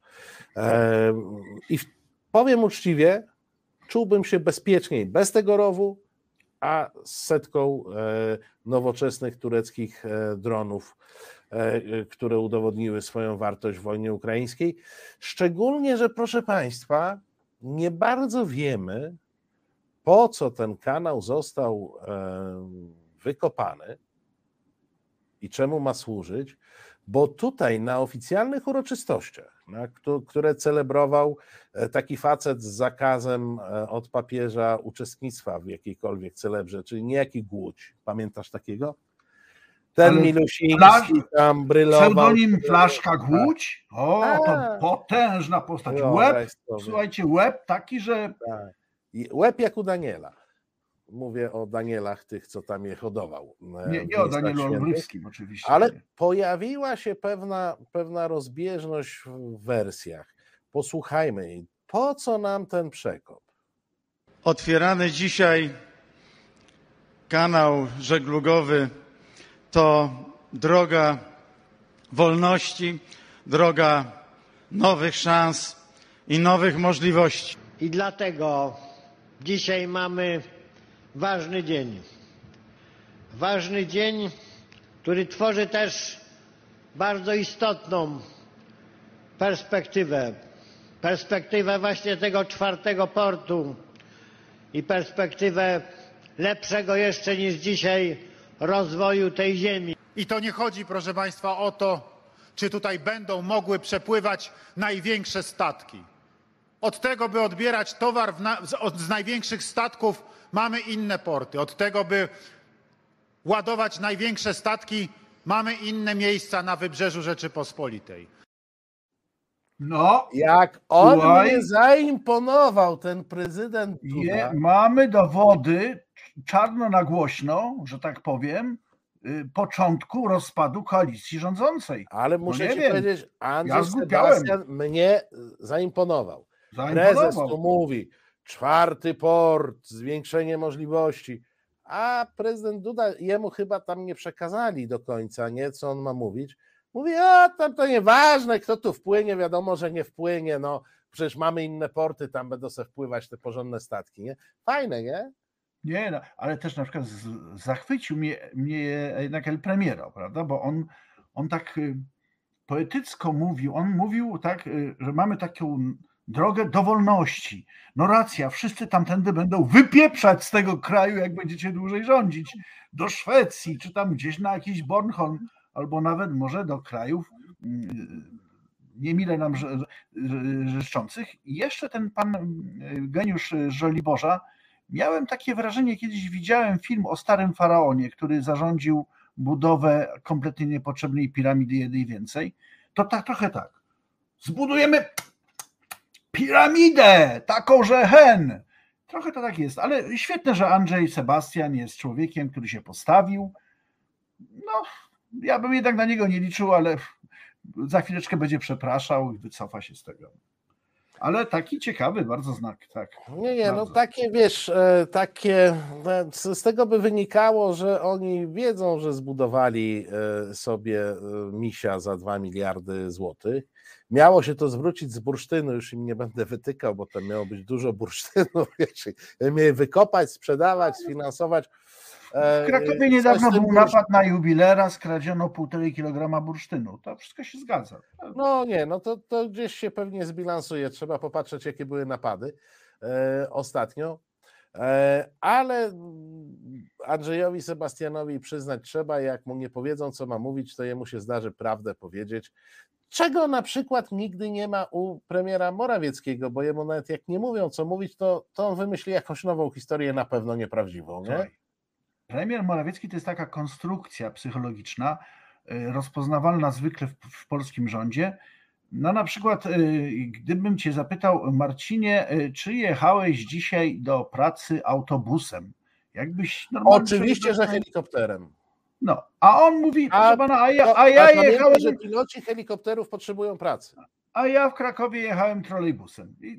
I powiem uczciwie, czułbym się bezpieczniej bez tego rowu, a z setką nowoczesnych tureckich dronów, które udowodniły swoją wartość w wojnie ukraińskiej. Szczególnie, że proszę Państwa, nie bardzo wiemy, po co ten kanał został wykopany i czemu ma służyć, bo tutaj na oficjalnych uroczystościach, na, które celebrował taki facet z zakazem od papieża uczestnictwa w jakiejkolwiek celebrze, czyli niejaki Głódź. Pamiętasz takiego? Ten ale Milusiński tam brylował. Pseudonim Flaszka Głódź? O, to potężna postać. Łeb, słuchajcie, łeb taki, że... Tak. Łeb jak u Daniela. Mówię o Danielach, tych, co tam je hodował. Nie, nie o Danielu Olbryskim oczywiście. Ale pojawiła się pewna, pewna rozbieżność w wersjach. Posłuchajmy jej. Po co nam ten przekop? Otwierany dzisiaj kanał żeglugowy to droga wolności, droga nowych szans i nowych możliwości. I dlatego dzisiaj mamy ważny dzień. Ważny dzień, który tworzy też bardzo istotną perspektywę. Perspektywę właśnie tego czwartego portu i perspektywę lepszego jeszcze niż dzisiaj rozwoju tej ziemi. I to nie chodzi, proszę Państwa, o to, czy tutaj będą mogły przepływać największe statki. Od tego, by odbierać towar w na, z, od, z największych statków, mamy inne porty. Od tego, by ładować największe statki, mamy inne miejsca na wybrzeżu Rzeczypospolitej. No, jak on słuchaj, mnie zaimponował, ten prezydent. Je, mamy dowody, czarno na głośno, że tak powiem, y, początku rozpadu koalicji rządzącej. Ale muszę no ci wiem. powiedzieć, Andrzej ja Sebastian mnie zaimponował. zaimponował. Prezes tu mówi, czwarty port, zwiększenie możliwości, a prezydent Duda, jemu chyba tam nie przekazali do końca, nie, co on ma mówić. Mówi, a tam to nieważne, kto tu wpłynie, wiadomo, że nie wpłynie, no przecież mamy inne porty, tam będą sobie wpływać te porządne statki, nie? Fajne, nie? Nie, no, ale też na przykład z, zachwycił mnie, mnie jednak El Premiero, prawda, bo on, on tak y, poetycko mówił, on mówił tak, y, że mamy taką drogę do wolności. No racja, wszyscy tamtędy będą wypieprzać z tego kraju, jak będziecie dłużej rządzić, do Szwecji, czy tam gdzieś na jakiś Bornholm, albo nawet może do krajów niemile nam życzących. I jeszcze ten pan geniusz Żoliborza, miałem takie wrażenie, kiedyś widziałem film o starym faraonie, który zarządził budowę kompletnie niepotrzebnej piramidy jednej więcej, to tak trochę tak. Zbudujemy piramidę, taką, że hen. Trochę to tak jest, ale świetne, że Andrzej Sebastian jest człowiekiem, który się postawił. No, ja bym jednak na niego nie liczył, ale za chwileczkę będzie przepraszał i wycofa się z tego. Ale taki ciekawy bardzo znak, tak. Nie, nie, bardzo. no takie, wiesz, takie, z tego by wynikało, że oni wiedzą, że zbudowali sobie misia za dwa miliardy złotych. Miało się to zwrócić z bursztynu, już im nie będę wytykał, bo tam miało być dużo bursztynu, wiesz, mieli wykopać, sprzedawać, sfinansować. W Krakowie niedawno był napad na jubilera, skradziono półtorej kilograma bursztynu. To wszystko się zgadza. No nie, no to, to gdzieś się pewnie zbilansuje. Trzeba popatrzeć, jakie były napady e, ostatnio. E, ale Andrzejowi Sebastianowi przyznać trzeba, jak mu nie powiedzą, co ma mówić, to jemu się zdarzy prawdę powiedzieć. Czego na przykład nigdy nie ma u premiera Morawieckiego, bo jemu nawet jak nie mówią, co mówić, to, to on wymyśli jakąś nową historię, na pewno nieprawdziwą, nie? Premier Morawiecki to jest taka konstrukcja psychologiczna, rozpoznawalna zwykle w, w polskim rządzie. No na przykład, gdybym cię zapytał, Marcinie, czy jechałeś dzisiaj do pracy autobusem? Jakbyś normalnie... Oczywiście, że helikopterem. No, a on mówi, a, pana, a ja, a ja a jechałem... że piloci helikopterów potrzebują pracy. A ja w Krakowie jechałem trolejbusem. I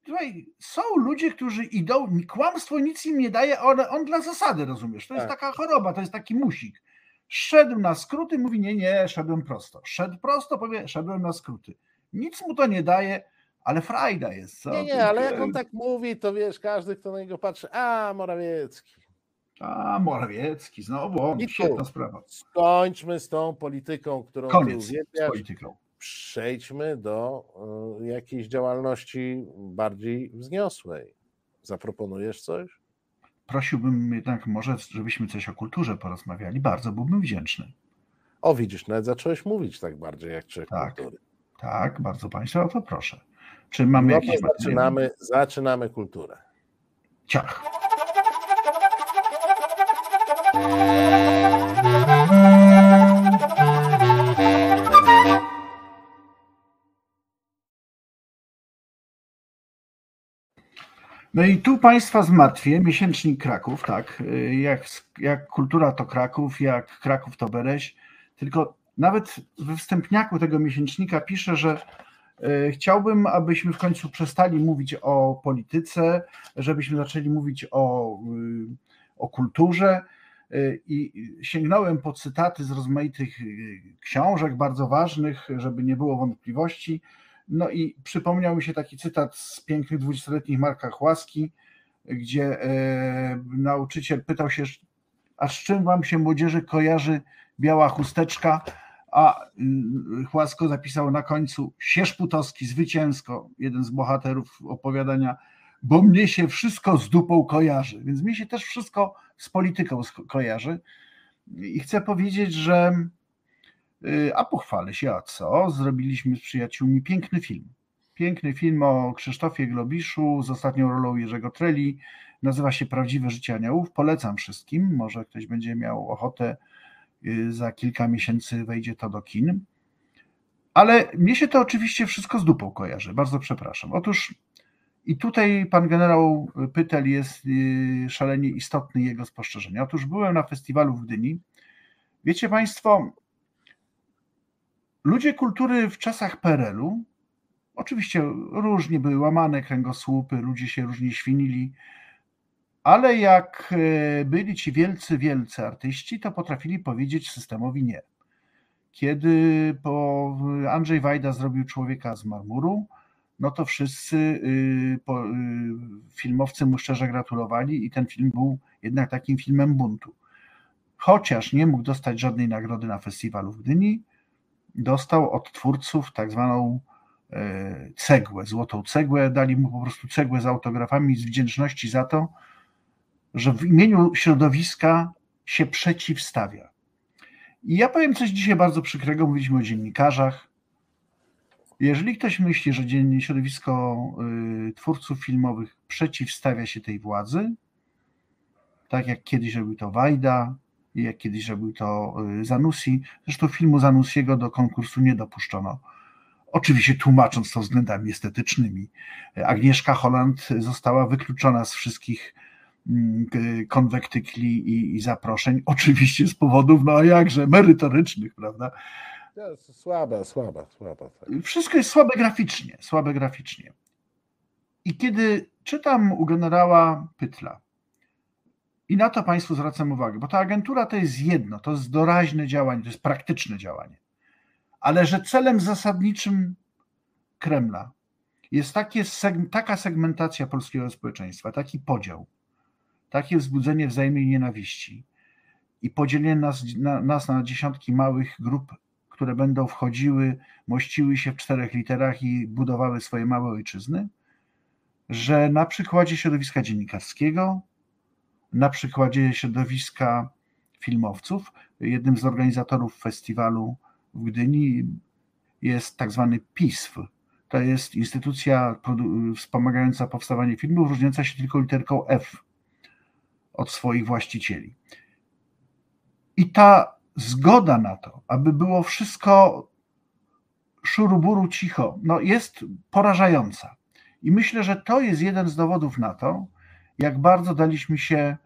tutaj są ludzie, którzy idą, kłamstwo nic im nie daje, on, on dla zasady, rozumiesz? To jest Tak. taka choroba, to jest taki musik. Szedł na skróty, mówi nie, nie, szedłem prosto. Szedł prosto, powie, szedłem na skróty. Nic mu to nie daje, ale frajda jest, co? Nie, nie, ale jak on tak mówi, to wiesz, każdy, kto na niego patrzy, a Morawiecki. A, Morawiecki, znowu, on, I tu świetna sprawa. skończmy z tą polityką, którą Koniec ty z uwielbiasz. polityką. Przejdźmy do y, jakiejś działalności bardziej wzniosłej. Zaproponujesz coś? Prosiłbym jednak może, żebyśmy coś o kulturze porozmawiali. Bardzo byłbym wdzięczny. O, widzisz, nawet zacząłeś mówić tak bardziej jak człowiek Tak, kultury. tak, bardzo Państwa o to proszę. Czy mamy No jakieś to zaczynamy, zaczynamy kulturę. Ciach. No i tu Państwa zmartwię, miesięcznik Kraków, tak, jak, jak kultura to Kraków, jak Kraków to Bereś, tylko nawet we wstępniaku tego miesięcznika pisze, że y, chciałbym, abyśmy w końcu przestali mówić o polityce, żebyśmy zaczęli mówić o, y, o kulturze y, i sięgnąłem po cytaty z rozmaitych książek bardzo ważnych, żeby nie było wątpliwości. No i przypomniał mi się taki cytat z pięknych dwudziestoletnich Marka Chłaski, gdzie e, nauczyciel pytał się, a z czym wam się młodzieży kojarzy biała chusteczka, a y, Chłasko zapisał na końcu Sierzputowski zwycięsko, jeden z bohaterów opowiadania, bo mnie się wszystko z dupą kojarzy, więc mnie się też wszystko z polityką kojarzy i chcę powiedzieć, że a pochwalę się, a co? Zrobiliśmy z przyjaciółmi piękny film. Piękny film o Krzysztofie Globiszu z ostatnią rolą Jerzego Treli. Nazywa się Prawdziwe życie aniołów. Polecam wszystkim. Może ktoś będzie miał ochotę, za kilka miesięcy wejdzie to do kin. Ale mnie się to oczywiście wszystko z dupą kojarzy. Bardzo przepraszam. Otóż i tutaj pan generał Pytel jest szalenie istotny, jego spostrzeżenia. Otóż byłem na festiwalu w Gdyni. Wiecie Państwo, ludzie kultury w czasach P R L u, oczywiście różnie były łamane kręgosłupy, ludzie się różnie świnili, ale jak byli ci wielcy, wielcy artyści, to potrafili powiedzieć systemowi nie. Kiedy po Andrzej Wajda zrobił Człowieka z marmuru, no to wszyscy filmowcy mu szczerze gratulowali i ten film był jednak takim filmem buntu. Chociaż nie mógł dostać żadnej nagrody na festiwalu w Gdyni, dostał od twórców tak zwaną cegłę, złotą cegłę, dali mu po prostu cegłę z autografami z wdzięczności za to, że w imieniu środowiska się przeciwstawia. I ja powiem coś dzisiaj bardzo przykrego, mówiliśmy o dziennikarzach. Jeżeli ktoś myśli, że środowisko twórców filmowych przeciwstawia się tej władzy, tak jak kiedyś robił to Wajda, jak kiedyś robił to Zanussi. Zresztą filmu Zanussiego do konkursu nie dopuszczono. Oczywiście tłumacząc to względami estetycznymi. Agnieszka Holland została wykluczona z wszystkich konwektykli i, i zaproszeń. Oczywiście z powodów, no a jakże, merytorycznych, prawda? Słabe, słabe, słabe. Tak. Wszystko jest słabe graficznie, słabe graficznie. I kiedy czytam u generała Pytla, i na to Państwu zwracam uwagę, bo ta agentura to jest jedno, to jest doraźne działanie, to jest praktyczne działanie, ale że celem zasadniczym Kremla jest takie, taka segmentacja polskiego społeczeństwa, taki podział, takie wzbudzenie wzajemnej nienawiści i podzielenie nas na, nas na dziesiątki małych grup, które będą wchodziły, mościły się w czterech literach i budowały swoje małe ojczyzny, że na przykładzie środowiska dziennikarskiego, na przykładzie środowiska filmowców, jednym z organizatorów festiwalu w Gdyni jest tak zwany P I S F. To jest instytucja wspomagająca powstawanie filmów, różniąca się tylko literką F od swoich właścicieli. I ta zgoda na to, aby było wszystko szuruburu cicho, no jest porażająca. I myślę, że to jest jeden z dowodów na to, jak bardzo daliśmy się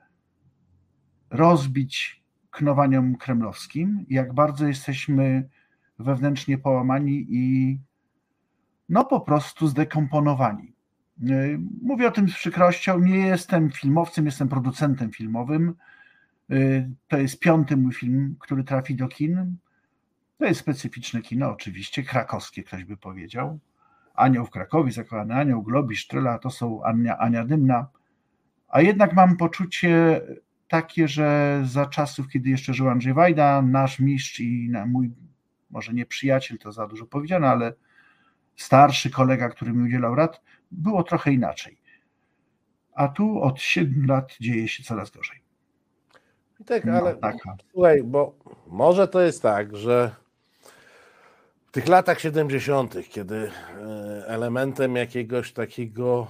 rozbić knowaniom kremlowskim, jak bardzo jesteśmy wewnętrznie połamani i no po prostu zdekomponowani. Mówię o tym z przykrością, nie jestem filmowcem, jestem producentem filmowym. To jest piąty mój film, który trafi do kin. To jest specyficzne kino, oczywiście, krakowskie, ktoś by powiedział. Anioł w Krakowie, Zakochany Anioł, Globisz, Tryla, to są Ania, Ania Dymna. A jednak mam poczucie takie, że za czasów, kiedy jeszcze żył Andrzej Wajda, nasz mistrz i mój, może nie przyjaciel, to za dużo powiedziane, ale starszy kolega, który mi udzielał rad, było trochę inaczej. A tu od siedmiu lat dzieje się coraz gorzej. Tak, no, ale taka. Słuchaj, bo może to jest tak, że w tych latach siedemdziesiątych, kiedy elementem jakiegoś takiego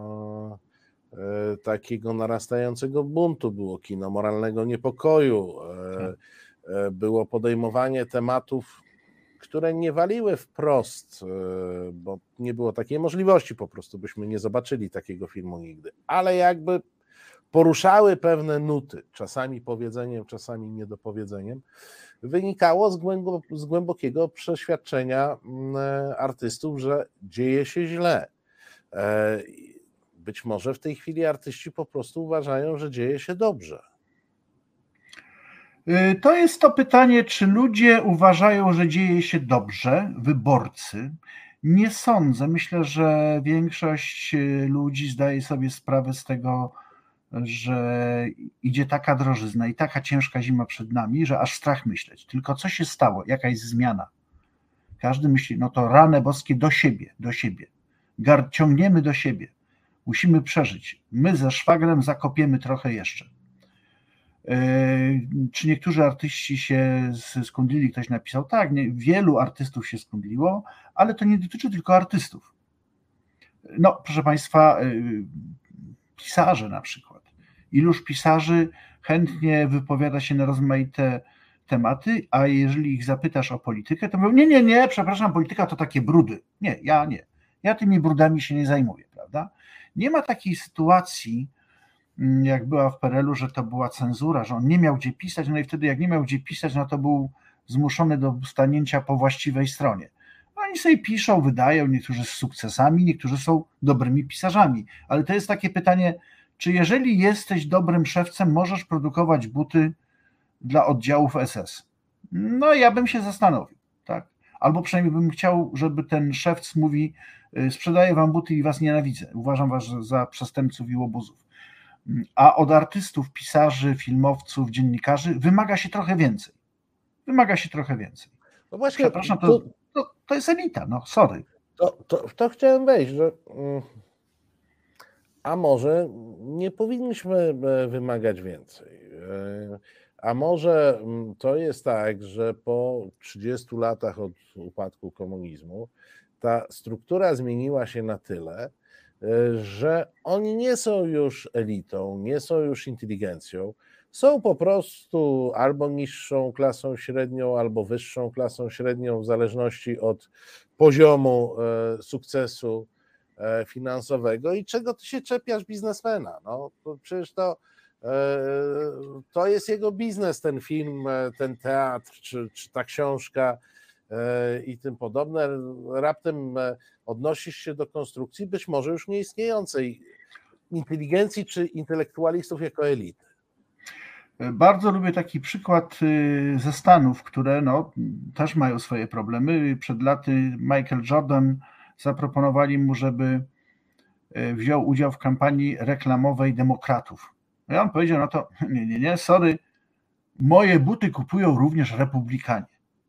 takiego narastającego buntu było kino moralnego niepokoju, było podejmowanie tematów, które nie waliły wprost, bo nie było takiej możliwości, po prostu byśmy nie zobaczyli takiego filmu nigdy, ale jakby poruszały pewne nuty, czasami powiedzeniem, czasami niedopowiedzeniem, wynikało z, głębo, z głębokiego przeświadczenia artystów, że dzieje się źle. Być może w tej chwili artyści po prostu uważają, że dzieje się dobrze. To jest to pytanie, czy ludzie uważają, że dzieje się dobrze, wyborcy. Nie sądzę. Myślę, że większość ludzi zdaje sobie sprawę z tego, że idzie taka drożyzna i taka ciężka zima przed nami, że aż strach myśleć. Tylko co się stało? Jaka jest zmiana? Każdy myśli, no to rany boskie do siebie, do siebie. Gard ciągniemy do siebie. Musimy przeżyć. My ze szwagrem zakopiemy trochę jeszcze. Czy niektórzy artyści się skundlili? Ktoś napisał, tak, nie, wielu artystów się skundliło, ale to nie dotyczy tylko artystów. No, proszę Państwa, pisarze na przykład. Iluż pisarzy chętnie wypowiada się na rozmaite tematy, a jeżeli ich zapytasz o politykę, to mówią, nie, nie, nie, przepraszam, polityka to takie brudy. Nie, ja nie. Ja tymi brudami się nie zajmuję, prawda? Nie ma takiej sytuacji, jak była w P R L u, że to była cenzura, że on nie miał gdzie pisać, no i wtedy jak nie miał gdzie pisać, no to był zmuszony do stanięcia po właściwej stronie. Oni sobie piszą, wydają, niektórzy z sukcesami, niektórzy są dobrymi pisarzami, ale to jest takie pytanie, czy jeżeli jesteś dobrym szewcem, możesz produkować buty dla oddziałów S S? No ja bym się zastanowił, tak? Albo przynajmniej bym chciał, żeby ten szewc mówi, sprzedaję wam buty i was nienawidzę, uważam was za przestępców i łobuzów. A od artystów, pisarzy, filmowców, dziennikarzy wymaga się trochę więcej. Wymaga się trochę więcej. No właśnie, przepraszam, to, to, to jest elita, no sorry. To, to, to chciałem wejść, że a może nie powinniśmy wymagać więcej. A może to jest tak, że po trzydziestu latach od upadku komunizmu ta struktura zmieniła się na tyle, że oni nie są już elitą, nie są już inteligencją, są po prostu albo niższą klasą średnią, albo wyższą klasą średnią, w zależności od poziomu sukcesu finansowego. I czego ty się czepiasz biznesmena? No, to przecież to, to jest jego biznes, ten film, ten teatr, czy, czy ta książka i tym podobne. Raptem odnosisz się do konstrukcji być może już nieistniejącej inteligencji czy intelektualistów jako elity. Bardzo lubię taki przykład ze Stanów, które no, też mają swoje problemy. Przed laty Michael Jordan zaproponowali mu, żeby wziął udział w kampanii reklamowej demokratów. No i on powiedział, no to nie, nie, nie, sorry, moje buty kupują również republikanie.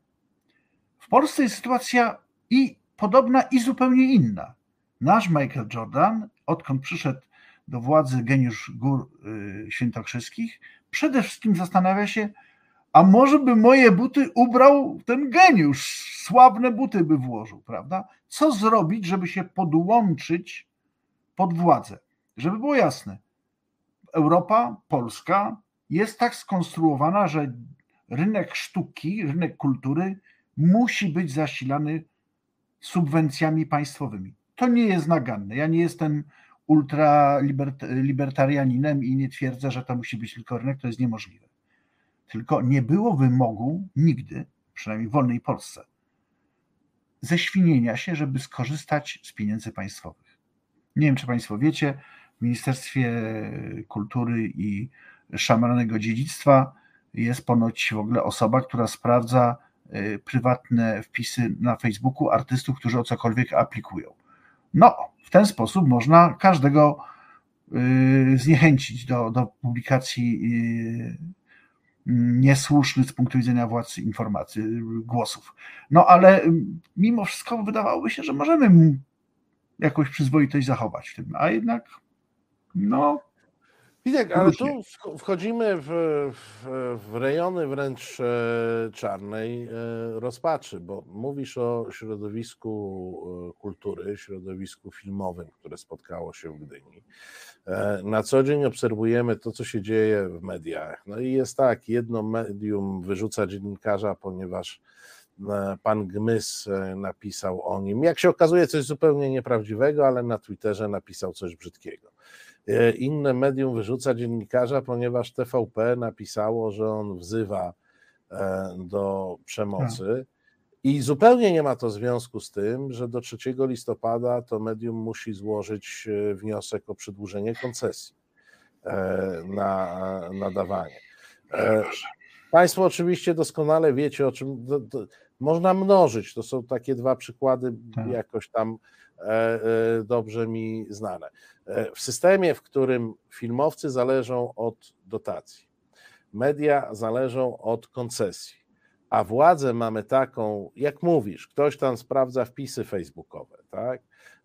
W Polsce jest sytuacja i podobna, i zupełnie inna. Nasz Michael Jordan, odkąd przyszedł do władzy geniusz gór świętokrzyskich, przede wszystkim zastanawia się, a może by moje buty ubrał ten geniusz, sławne buty by włożył, prawda? Co zrobić, żeby się podłączyć pod władzę? Żeby było jasne, Europa, Polska jest tak skonstruowana, że rynek sztuki, rynek kultury musi być zasilany subwencjami państwowymi. To nie jest naganne. Ja nie jestem ultralibertarianinem i nie twierdzę, że to musi być tylko rynek, to jest niemożliwe. Tylko nie było wymogu nigdy, przynajmniej w wolnej Polsce, ześwinienia się, żeby skorzystać z pieniędzy państwowych. Nie wiem, czy Państwo wiecie, w Ministerstwie Kultury i Szamranego Dziedzictwa jest ponoć w ogóle osoba, która sprawdza prywatne wpisy na Facebooku artystów, którzy o cokolwiek aplikują. No, w ten sposób można każdego zniechęcić do, do publikacji niesłusznych z punktu widzenia władz informacji, głosów. No ale mimo wszystko wydawałoby się, że możemy jakąś przyzwoitość zachować w tym, a jednak no... Witek, ale tu wchodzimy w, w, w rejony wręcz czarnej rozpaczy, bo mówisz o środowisku kultury, środowisku filmowym, które spotkało się w Gdyni. Na co dzień obserwujemy to, co się dzieje w mediach. No i jest tak, jedno medium wyrzuca dziennikarza, ponieważ pan Gmys napisał o nim, jak się okazuje, coś zupełnie nieprawdziwego, ale na Twitterze napisał coś brzydkiego. Inne medium wyrzuca dziennikarza, ponieważ T V P napisało, że on wzywa do przemocy i zupełnie nie ma to związku z tym, że do trzeciego listopada to medium musi złożyć wniosek o przedłużenie koncesji na nadawanie. Państwo oczywiście doskonale wiecie, o czym to, to, można mnożyć, to są takie dwa przykłady jakoś tam dobrze mi znane. W systemie, w którym filmowcy zależą od dotacji, media zależą od koncesji, a władzę mamy taką, jak mówisz, ktoś tam sprawdza wpisy facebookowe, tak?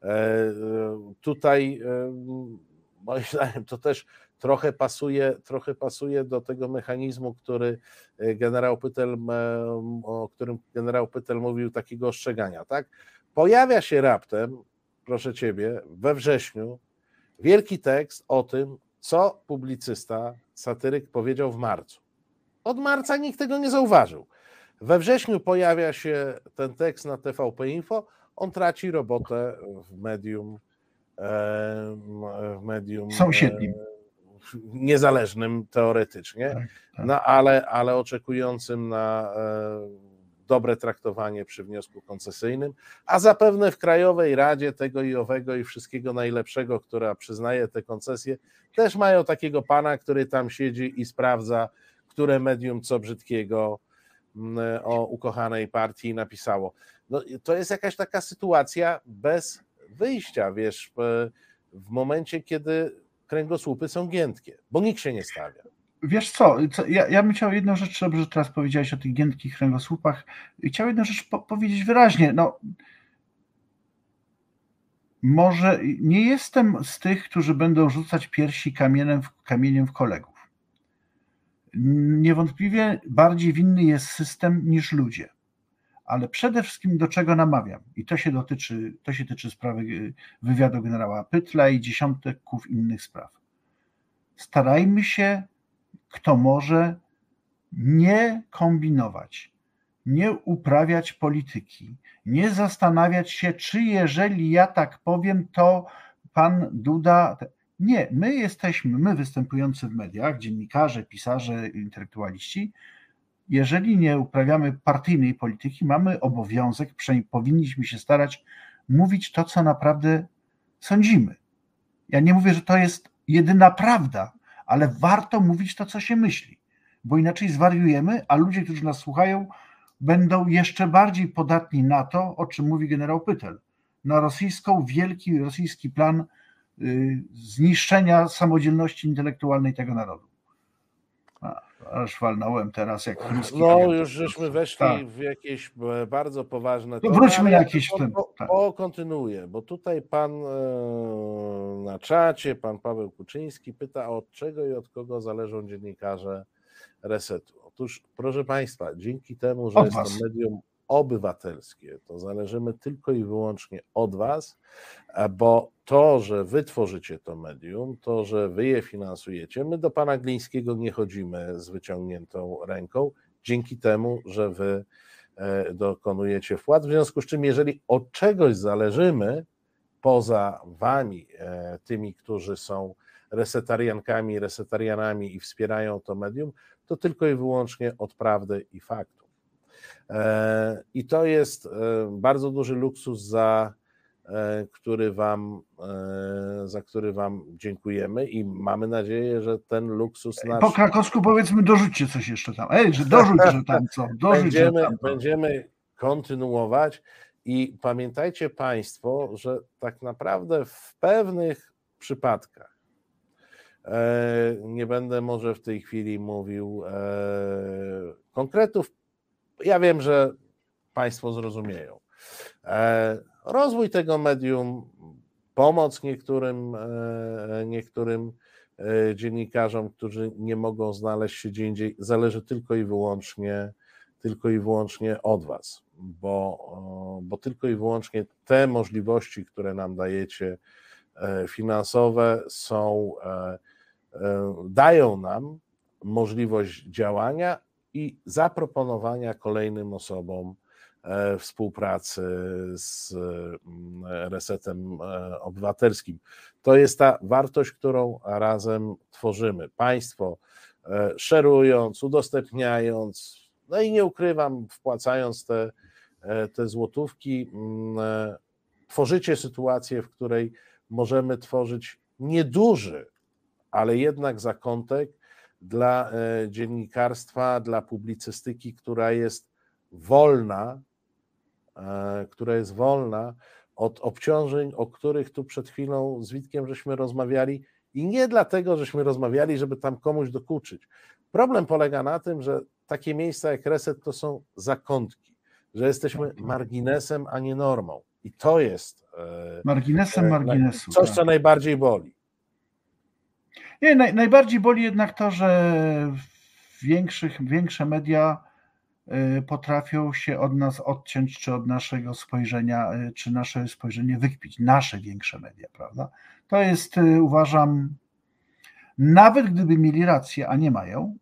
Tutaj moim zdaniem to też trochę pasuje, trochę pasuje do tego mechanizmu, który generał Pytel, o którym generał Pytel mówił, takiego ostrzegania, tak? Pojawia się raptem, proszę Ciebie, we wrześniu wielki tekst o tym, co publicysta, satyryk powiedział w marcu. Od marca nikt tego nie zauważył. We wrześniu pojawia się ten tekst na T V P Info, on traci robotę w medium, w medium sąsiednim, niezależnym teoretycznie, tak, tak. No ale, ale oczekującym na dobre traktowanie przy wniosku koncesyjnym, a zapewne w Krajowej Radzie tego i owego i wszystkiego najlepszego, która przyznaje te koncesje, też mają takiego pana, który tam siedzi i sprawdza, które medium co brzydkiego o ukochanej partii napisało. No, to jest jakaś taka sytuacja bez wyjścia, wiesz, w, w momencie, kiedy kręgosłupy są giętkie, bo nikt się nie stawia. Wiesz co, co ja, ja bym chciał jedną rzecz, dobrze, że teraz powiedziałeś o tych giętkich kręgosłupach, chciał jedną rzecz po, powiedzieć wyraźnie, no może nie jestem z tych, którzy będą rzucać piersi kamieniem w, kamieniem w kolegów. Niewątpliwie bardziej winny jest system niż ludzie, ale przede wszystkim do czego namawiam, i to się dotyczy, to się tyczy sprawy wywiadu generała Pytla i dziesiątków innych spraw. Starajmy się, kto może, nie kombinować, nie uprawiać polityki, nie zastanawiać się, czy jeżeli ja tak powiem, to pan Duda... Nie, my jesteśmy, my występujący w mediach, dziennikarze, pisarze, intelektualiści, jeżeli nie uprawiamy partyjnej polityki, mamy obowiązek, przynajmniej powinniśmy się starać mówić to, co naprawdę sądzimy. Ja nie mówię, że to jest jedyna prawda, ale warto mówić to, co się myśli, bo inaczej zwariujemy, a ludzie, którzy nas słuchają, będą jeszcze bardziej podatni na to, o czym mówi generał Pytel, na rosyjską, wielki rosyjski plan y, zniszczenia samodzielności intelektualnej tego narodu. A, aż walnąłem teraz jak ruski. No już żeśmy weszli tak. w jakieś bardzo poważne... To wróćmy na jakieś... Po, po, tak. po, kontynuuję, bo tutaj pan e, na czacie, pan Paweł Kuczyński pyta, od czego i od kogo zależą dziennikarze Resetu. Otóż, proszę państwa, dzięki temu, że od jest was. to medium obywatelskie, to zależymy tylko i wyłącznie od was, bo to, że wy tworzycie to medium, to, że wy je finansujecie, my do pana Glińskiego nie chodzimy z wyciągniętą ręką, dzięki temu, że wy dokonujecie wpłat, w związku z czym jeżeli od czegoś zależymy, poza wami, tymi, którzy są resetariankami, resetarianami i wspierają to medium, to tylko i wyłącznie od prawdy i faktów. I to jest bardzo duży luksus, za który wam, za który wam dziękujemy i mamy nadzieję, że ten luksus nasz... Po krakowsku powiedzmy, dorzućcie coś jeszcze tam. Ej, że dorzuć, że tam co. Dorzuć, będziemy, że tam co. będziemy kontynuować i pamiętajcie państwo, że tak naprawdę w pewnych przypadkach, nie będę może w tej chwili mówił konkretów, ja wiem, że państwo zrozumieją. Rozwój tego medium, pomoc niektórym, niektórym dziennikarzom, którzy nie mogą znaleźć się gdzie indziej, zależy tylko i wyłącznie, tylko i wyłącznie od was, bo, bo tylko i wyłącznie te możliwości, które nam dajecie, finansowe, są, dają nam możliwość działania i zaproponowania kolejnym osobom współpracy z Resetem Obywatelskim. To jest ta wartość, którą razem tworzymy. Państwo szerując, udostępniając, no i nie ukrywam, wpłacając te, te złotówki, tworzycie sytuację, w której możemy tworzyć nieduży, ale jednak zakątek dla dziennikarstwa, dla publicystyki, która jest wolna, która jest wolna od obciążeń, o których tu przed chwilą z Witkiem żeśmy rozmawiali i nie dlatego, żeśmy rozmawiali, żeby tam komuś dokuczyć. Problem polega na tym, że takie miejsca jak Reset to są zakątki, że jesteśmy marginesem, a nie normą i to jest marginesem marginesu, coś, co tak. najbardziej boli. Nie, naj, najbardziej boli jednak to, że większych, większe media potrafią się od nas odciąć, czy od naszego spojrzenia, czy nasze spojrzenie wykpić, nasze większe media, prawda? To jest, uważam, nawet gdyby mieli rację, a nie mają,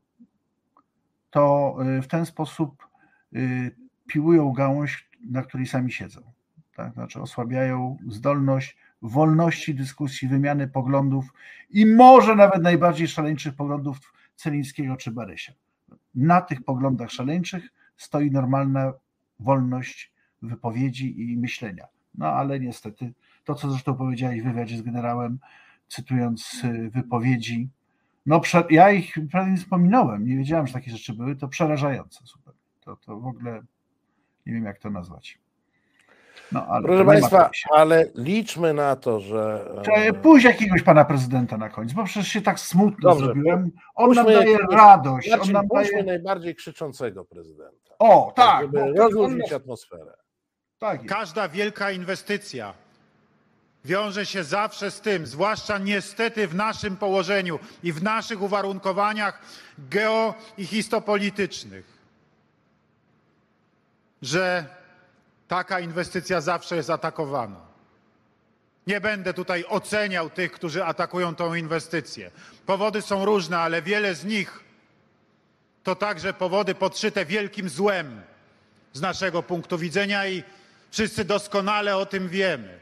to w ten sposób piłują gałąź, na której sami siedzą. Tak? Znaczy osłabiają zdolność wolności dyskusji, wymiany poglądów i może nawet najbardziej szaleńczych poglądów Celińskiego czy Barysia. Na tych poglądach szaleńczych stoi normalna wolność wypowiedzi i myślenia. No ale niestety to, co zresztą powiedziałeś w wywiadzie z generałem, cytując wypowiedzi, no ja ich prawie nie wspominałem, nie wiedziałem, że takie rzeczy były, to przerażające. Super. To, to w ogóle nie wiem, jak to nazwać. No, ale proszę Państwa, ale liczmy na to, że... Trzeba pójść jakiegoś pana prezydenta na koniec, bo przecież się tak smutno Dobrze, zrobiłem. On nam daje jakiegoś, radość. Znaczy, on nam daje... najbardziej krzyczącego prezydenta. O, tak. Żeby bo rozluźnić on... atmosferę. Tak jest. Każda wielka inwestycja wiąże się zawsze z tym, zwłaszcza niestety w naszym położeniu i w naszych uwarunkowaniach geo- i histopolitycznych, że taka inwestycja zawsze jest atakowana. Nie będę tutaj oceniał tych, którzy atakują tą inwestycję. Powody są różne, ale wiele z nich to także powody podszyte wielkim złem z naszego punktu widzenia i wszyscy doskonale o tym wiemy.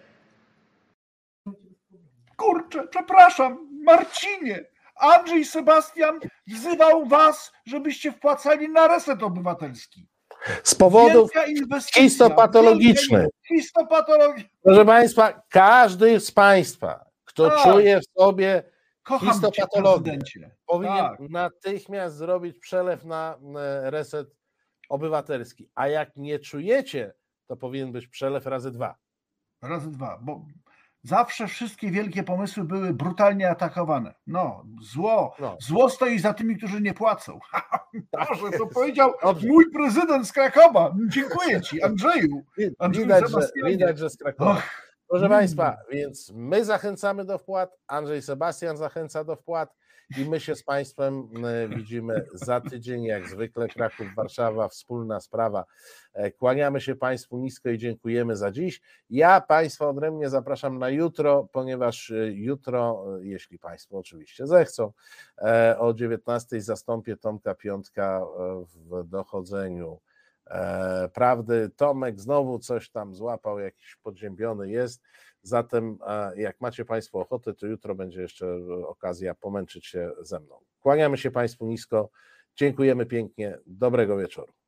Kurczę, przepraszam, Marcinie, Andrzej Sebastian wzywał was, żebyście wpłacali na Reset Obywatelski. Z powodów histopatologicznych. Histopatologicznych. Proszę Państwa, każdy z Państwa, kto tak. czuje w sobie Kocham histopatologię, powinien tak. natychmiast zrobić przelew na Reset Obywatelski. A jak nie czujecie, to powinien być przelew razy dwa. Razy dwa, bo zawsze wszystkie wielkie pomysły były brutalnie atakowane. No, zło. No. Zło stoi za tymi, którzy nie płacą. Proszę, to powiedział Dobrze. mój prezydent z Krakowa. Dziękuję ci, Andrzeju. Andrzeju widać, że, widać, że z Krakowa. Och. Proszę hmm. Państwa, więc my zachęcamy do wpłat, Andrzej Sebastian zachęca do wpłat i my się z Państwem widzimy za tydzień, jak zwykle. Kraków, Warszawa, wspólna sprawa. Kłaniamy się Państwu nisko i dziękujemy za dziś. Ja Państwa odrębnie zapraszam na jutro, ponieważ jutro, jeśli Państwo oczywiście zechcą, o dziewiętnastej zastąpię Tomka Piątka w dochodzeniu prawdy. Tomek znowu coś tam złapał, jakiś podziębiony jest. Zatem jak macie Państwo ochotę, to jutro będzie jeszcze okazja pomęczyć się ze mną. Kłaniamy się Państwu nisko, dziękujemy pięknie, dobrego wieczoru.